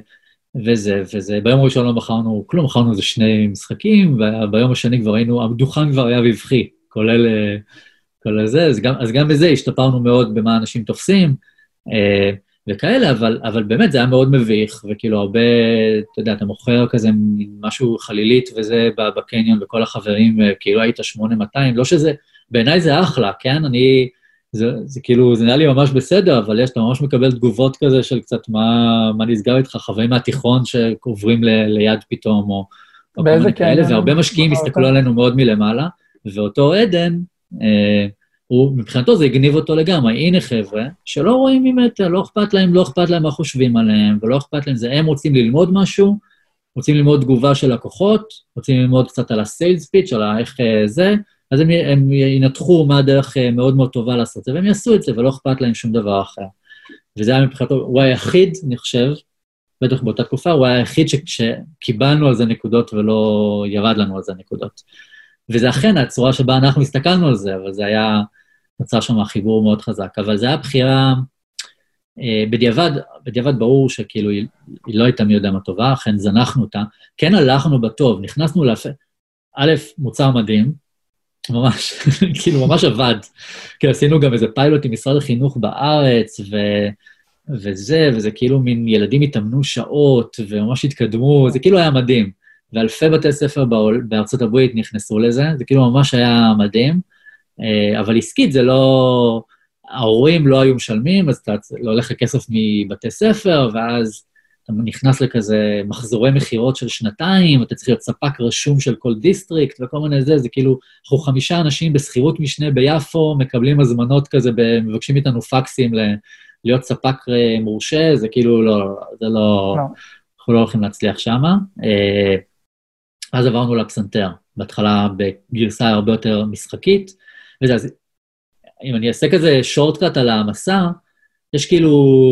C: וזה, וזה, ביום הראשון לא מכרנו כלום, מכרנו איזה שני משחקים, וביום השני כבר היינו, הדוכן כבר היה רווחי, כולל, כולל זה, אז גם, אז גם בזה השתפרנו מאוד במה אנשים תופסים, וכאלה, אבל, אבל באמת זה היה מאוד מביך, וכאילו הרבה, אתה יודע, אתה מוכר כזה משהו חלילית וזה בקניון, וכל החברים, כאילו היית שמונה מאתיים, לא שזה, בעיניי זה אחלה, כן? אני, זה, זה כאילו, זה נראה לי ממש בסדר, אבל יש, אתה ממש מקבל תגובות כזה של קצת מה, מה נסגר איתך, חברים מהתיכון שעוברים ל, ליד פתאום, או, או כל מיני כאלה, והרבה משקיעים הסתכלו עלינו מאוד מלמעלה, ואותו עדן, אה, הוא, מבחינתו זה הגניב אותו לגמרי, הנה חבר'ה, שלא רואים ממטר, לא אכפת להם, לא אכפת להם מה חושבים עליהם, ולא אכפת להם זה, הם רוצים ללמוד משהו, רוצים ללמוד תגובה של לקוחות, רוצים ללמוד קצת על הסיילס פיץ', על איך זה, אז הם, הם ינתחו מה הדרך מאוד מאוד טובה לעשות את זה, והם יעשו את זה, ולא אכפת להם שום דבר אחר. וזה היה מבחינתו, הוא היחיד, אני חושב, בטח באותה תקופה, הוא היה היחיד שקיבלנו על זה נקודות, ולא ירד לנו על זה נקודות. וזה אכן הצורה שבה אנחנו הסתכלנו על זה, אבל זה היה, נוצר שם חיבור מאוד חזק. אבל זה היה בחירה, אה, בדיעבד, בדיעבד ברור שכאילו היא, היא לא הייתה מי יודע מה טובה, אכן זנחנו אותה, כן הלכנו בטוב, נכנסנו לאפ... א', מוצר מדהים, ממש, כאילו ממש עבד, כי עשינו גם איזה פיילוט עם משרד החינוך בארץ, ו... וזה, וזה כאילו מין ילדים התאמנו שעות, וממש התקדמו, זה כאילו היה מדהים. ואלפי בתי ספר בארצות הברית נכנסו לזה, זה כאילו ממש היה מדהים, אבל עסקית זה לא, ההורים לא היו משלמים, אז אתה לא הולך לכסף מבתי ספר, ואז אתה נכנס לכזה מחזורי מחירות של שנתיים, אתה צריך להיות ספק רשום של כל דיסטריקט, וכל מיני זה, זה כאילו, אנחנו חמישה אנשים בסחירות משנה ביפו, מקבלים הזמנות כזה, מבקשים איתנו פקסים להיות ספק מורשה, זה כאילו לא, זה לא... אנחנו לא הולכים להצליח שמה. אז עברנו לפסנתר, בהתחלה בגרסה הרבה יותר משחקית, וזה, אז אם אני אעשה כזה שורטקאט על המסע, יש כאילו,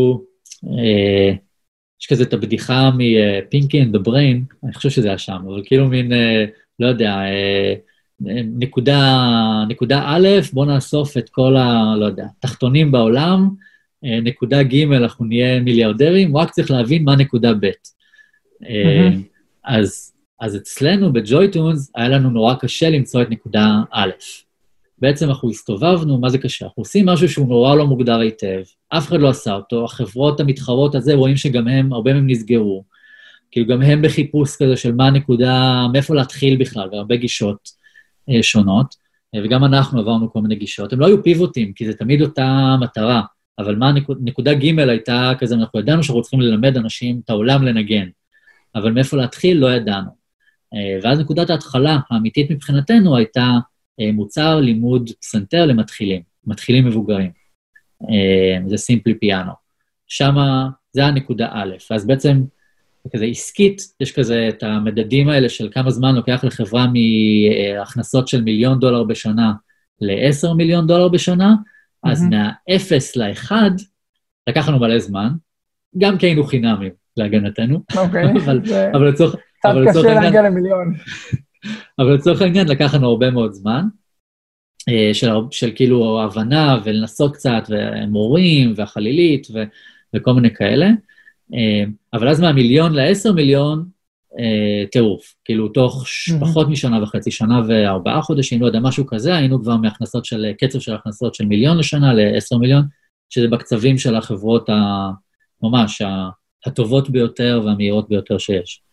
C: אה, יש כזה את הבדיחה מפינקי and the brain, אני חושב שזה היה שם, אבל כאילו מין, אה, לא יודע, אה, נקודה, נקודה א', בוא נאסוף את כל ה, לא יודע, תחתונים בעולם, אה, נקודה ג', אנחנו נהיה מיליארדרים, רק צריך להבין מה נקודה ב'. אה, אז, אז אצלנו בג'וי-טונס היה לנו נורא קשה למצוא את נקודה א'. בעצם אנחנו הסתובבנו, מה זה קשה? אנחנו עושים משהו שהוא נורא לא מוגדר היטב, אף אחד לא עשה אותו, החברות המתחרות הזה רואים שגם הם, הרבה מהם נסגרו, כאילו גם הם בחיפוש כזה של מה הנקודה, מאיפה להתחיל בכלל, והרבה גישות אה, שונות, אה, וגם אנחנו עברנו כל מיני גישות, הם לא היו פיבוטים, כי זה תמיד אותה מטרה, אבל מה נקוד, נקודה ג' הייתה כזה, אנחנו ידענו שאנחנו צריכים ללמד אנשים את העולם לנגן, אבל מאיפה להתחיל לא ידענו. אה, ואז נקודת ההתחלה האמיתית מבחינתנו הייתה, מוצר לימוד פסנתר למתחילים, מתחילים מבוגרים. זה סימפלי פיאנו. שמה, זה הנקודה א', אז בעצם, כזה עסקית, יש כזה את המדדים האלה של כמה זמן לוקח לחברה מהכנסות של מיליון דולר בשנה ל-עשרה מיליון דולר בשנה, אז מהאפס לאחד, לקח לנו מלא זמן, גם כי היינו חינמים להגנתנו, אבל לצורך...
A: קצת קשה להגיע למיליון.
C: אבל לצורך העניין לקח לנו הרבה מאוד זמן, של, של כאילו הבנה ולנסות קצת, ומורים והחלילית ו, וכל מיני כאלה, אבל אז מהמיליון לעשר מיליון, טירוף, כאילו תוך פחות משנה וחצי, שנה וארבעה חודשים, לא יודע, משהו כזה, היינו כבר מהכנסות של, קצב של הכנסות של מיליון לשנה לעשר מיליון, שזה בקצבים של החברות ממש הטובות ביותר והמהירות ביותר שיש.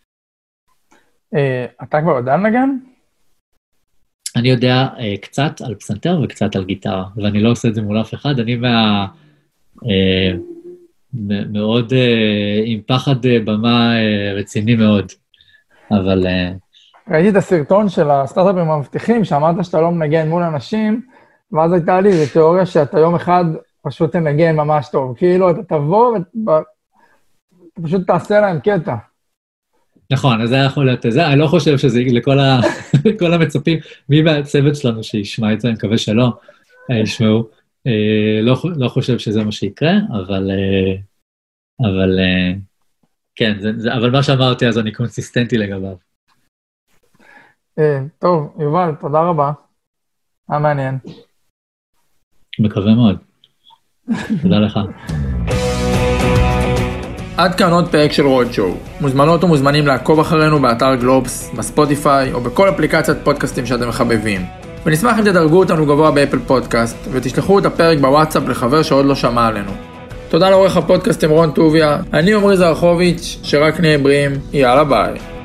A: אתה כבר יודע לנגן?
C: אני יודע קצת על פסנתר וקצת על גיטרה, ואני לא עושה את זה מול אף אחד, אני מה... מאוד עם פחד במה רציני מאוד, אבל...
A: ראיתי את הסרטון של הסטארט-אפים המבטיחים, שאמרת שאתה לא מנגן מול אנשים, ואז הייתה לי איזו תיאוריה שאתה יום אחד פשוט תנגן ממש טוב, כאילו אתה תבוא ופשוט תעשה להם קטע.
C: נכון, אז זה יכול להיות זה, אני לא חושב שזה לכל, ה... לכל המצפים, מי מהצוות שלנו שישמע את זה, אני מקווה שלא ישמעו, לא, לא חושב שזה מה שיקרה, אבל, אבל כן, זה, זה, אבל מה שאמרתי אז אני קונסיסטנטי לגביו.
A: טוב, יובל, תודה רבה, היה מעניין.
C: מקווה מאוד, תודה לך.
A: עד כאן עוד פרק של רוד שואו. מוזמנות ומוזמנים לעקוב אחרינו באתר גלובס, בספוטיפיי או בכל אפליקציית פודקאסטים שאתם מחבבים. ונשמח אם תדרגו אותנו גבוה באפל פודקאסט ותשלחו את הפרק בוואטסאפ לחבר שעוד לא שמע עלינו. תודה לעורך הפודקאסטים רון טוביה, אני עומרי זרחוביץ', שרק נהיה בריאים, יאללה ביי.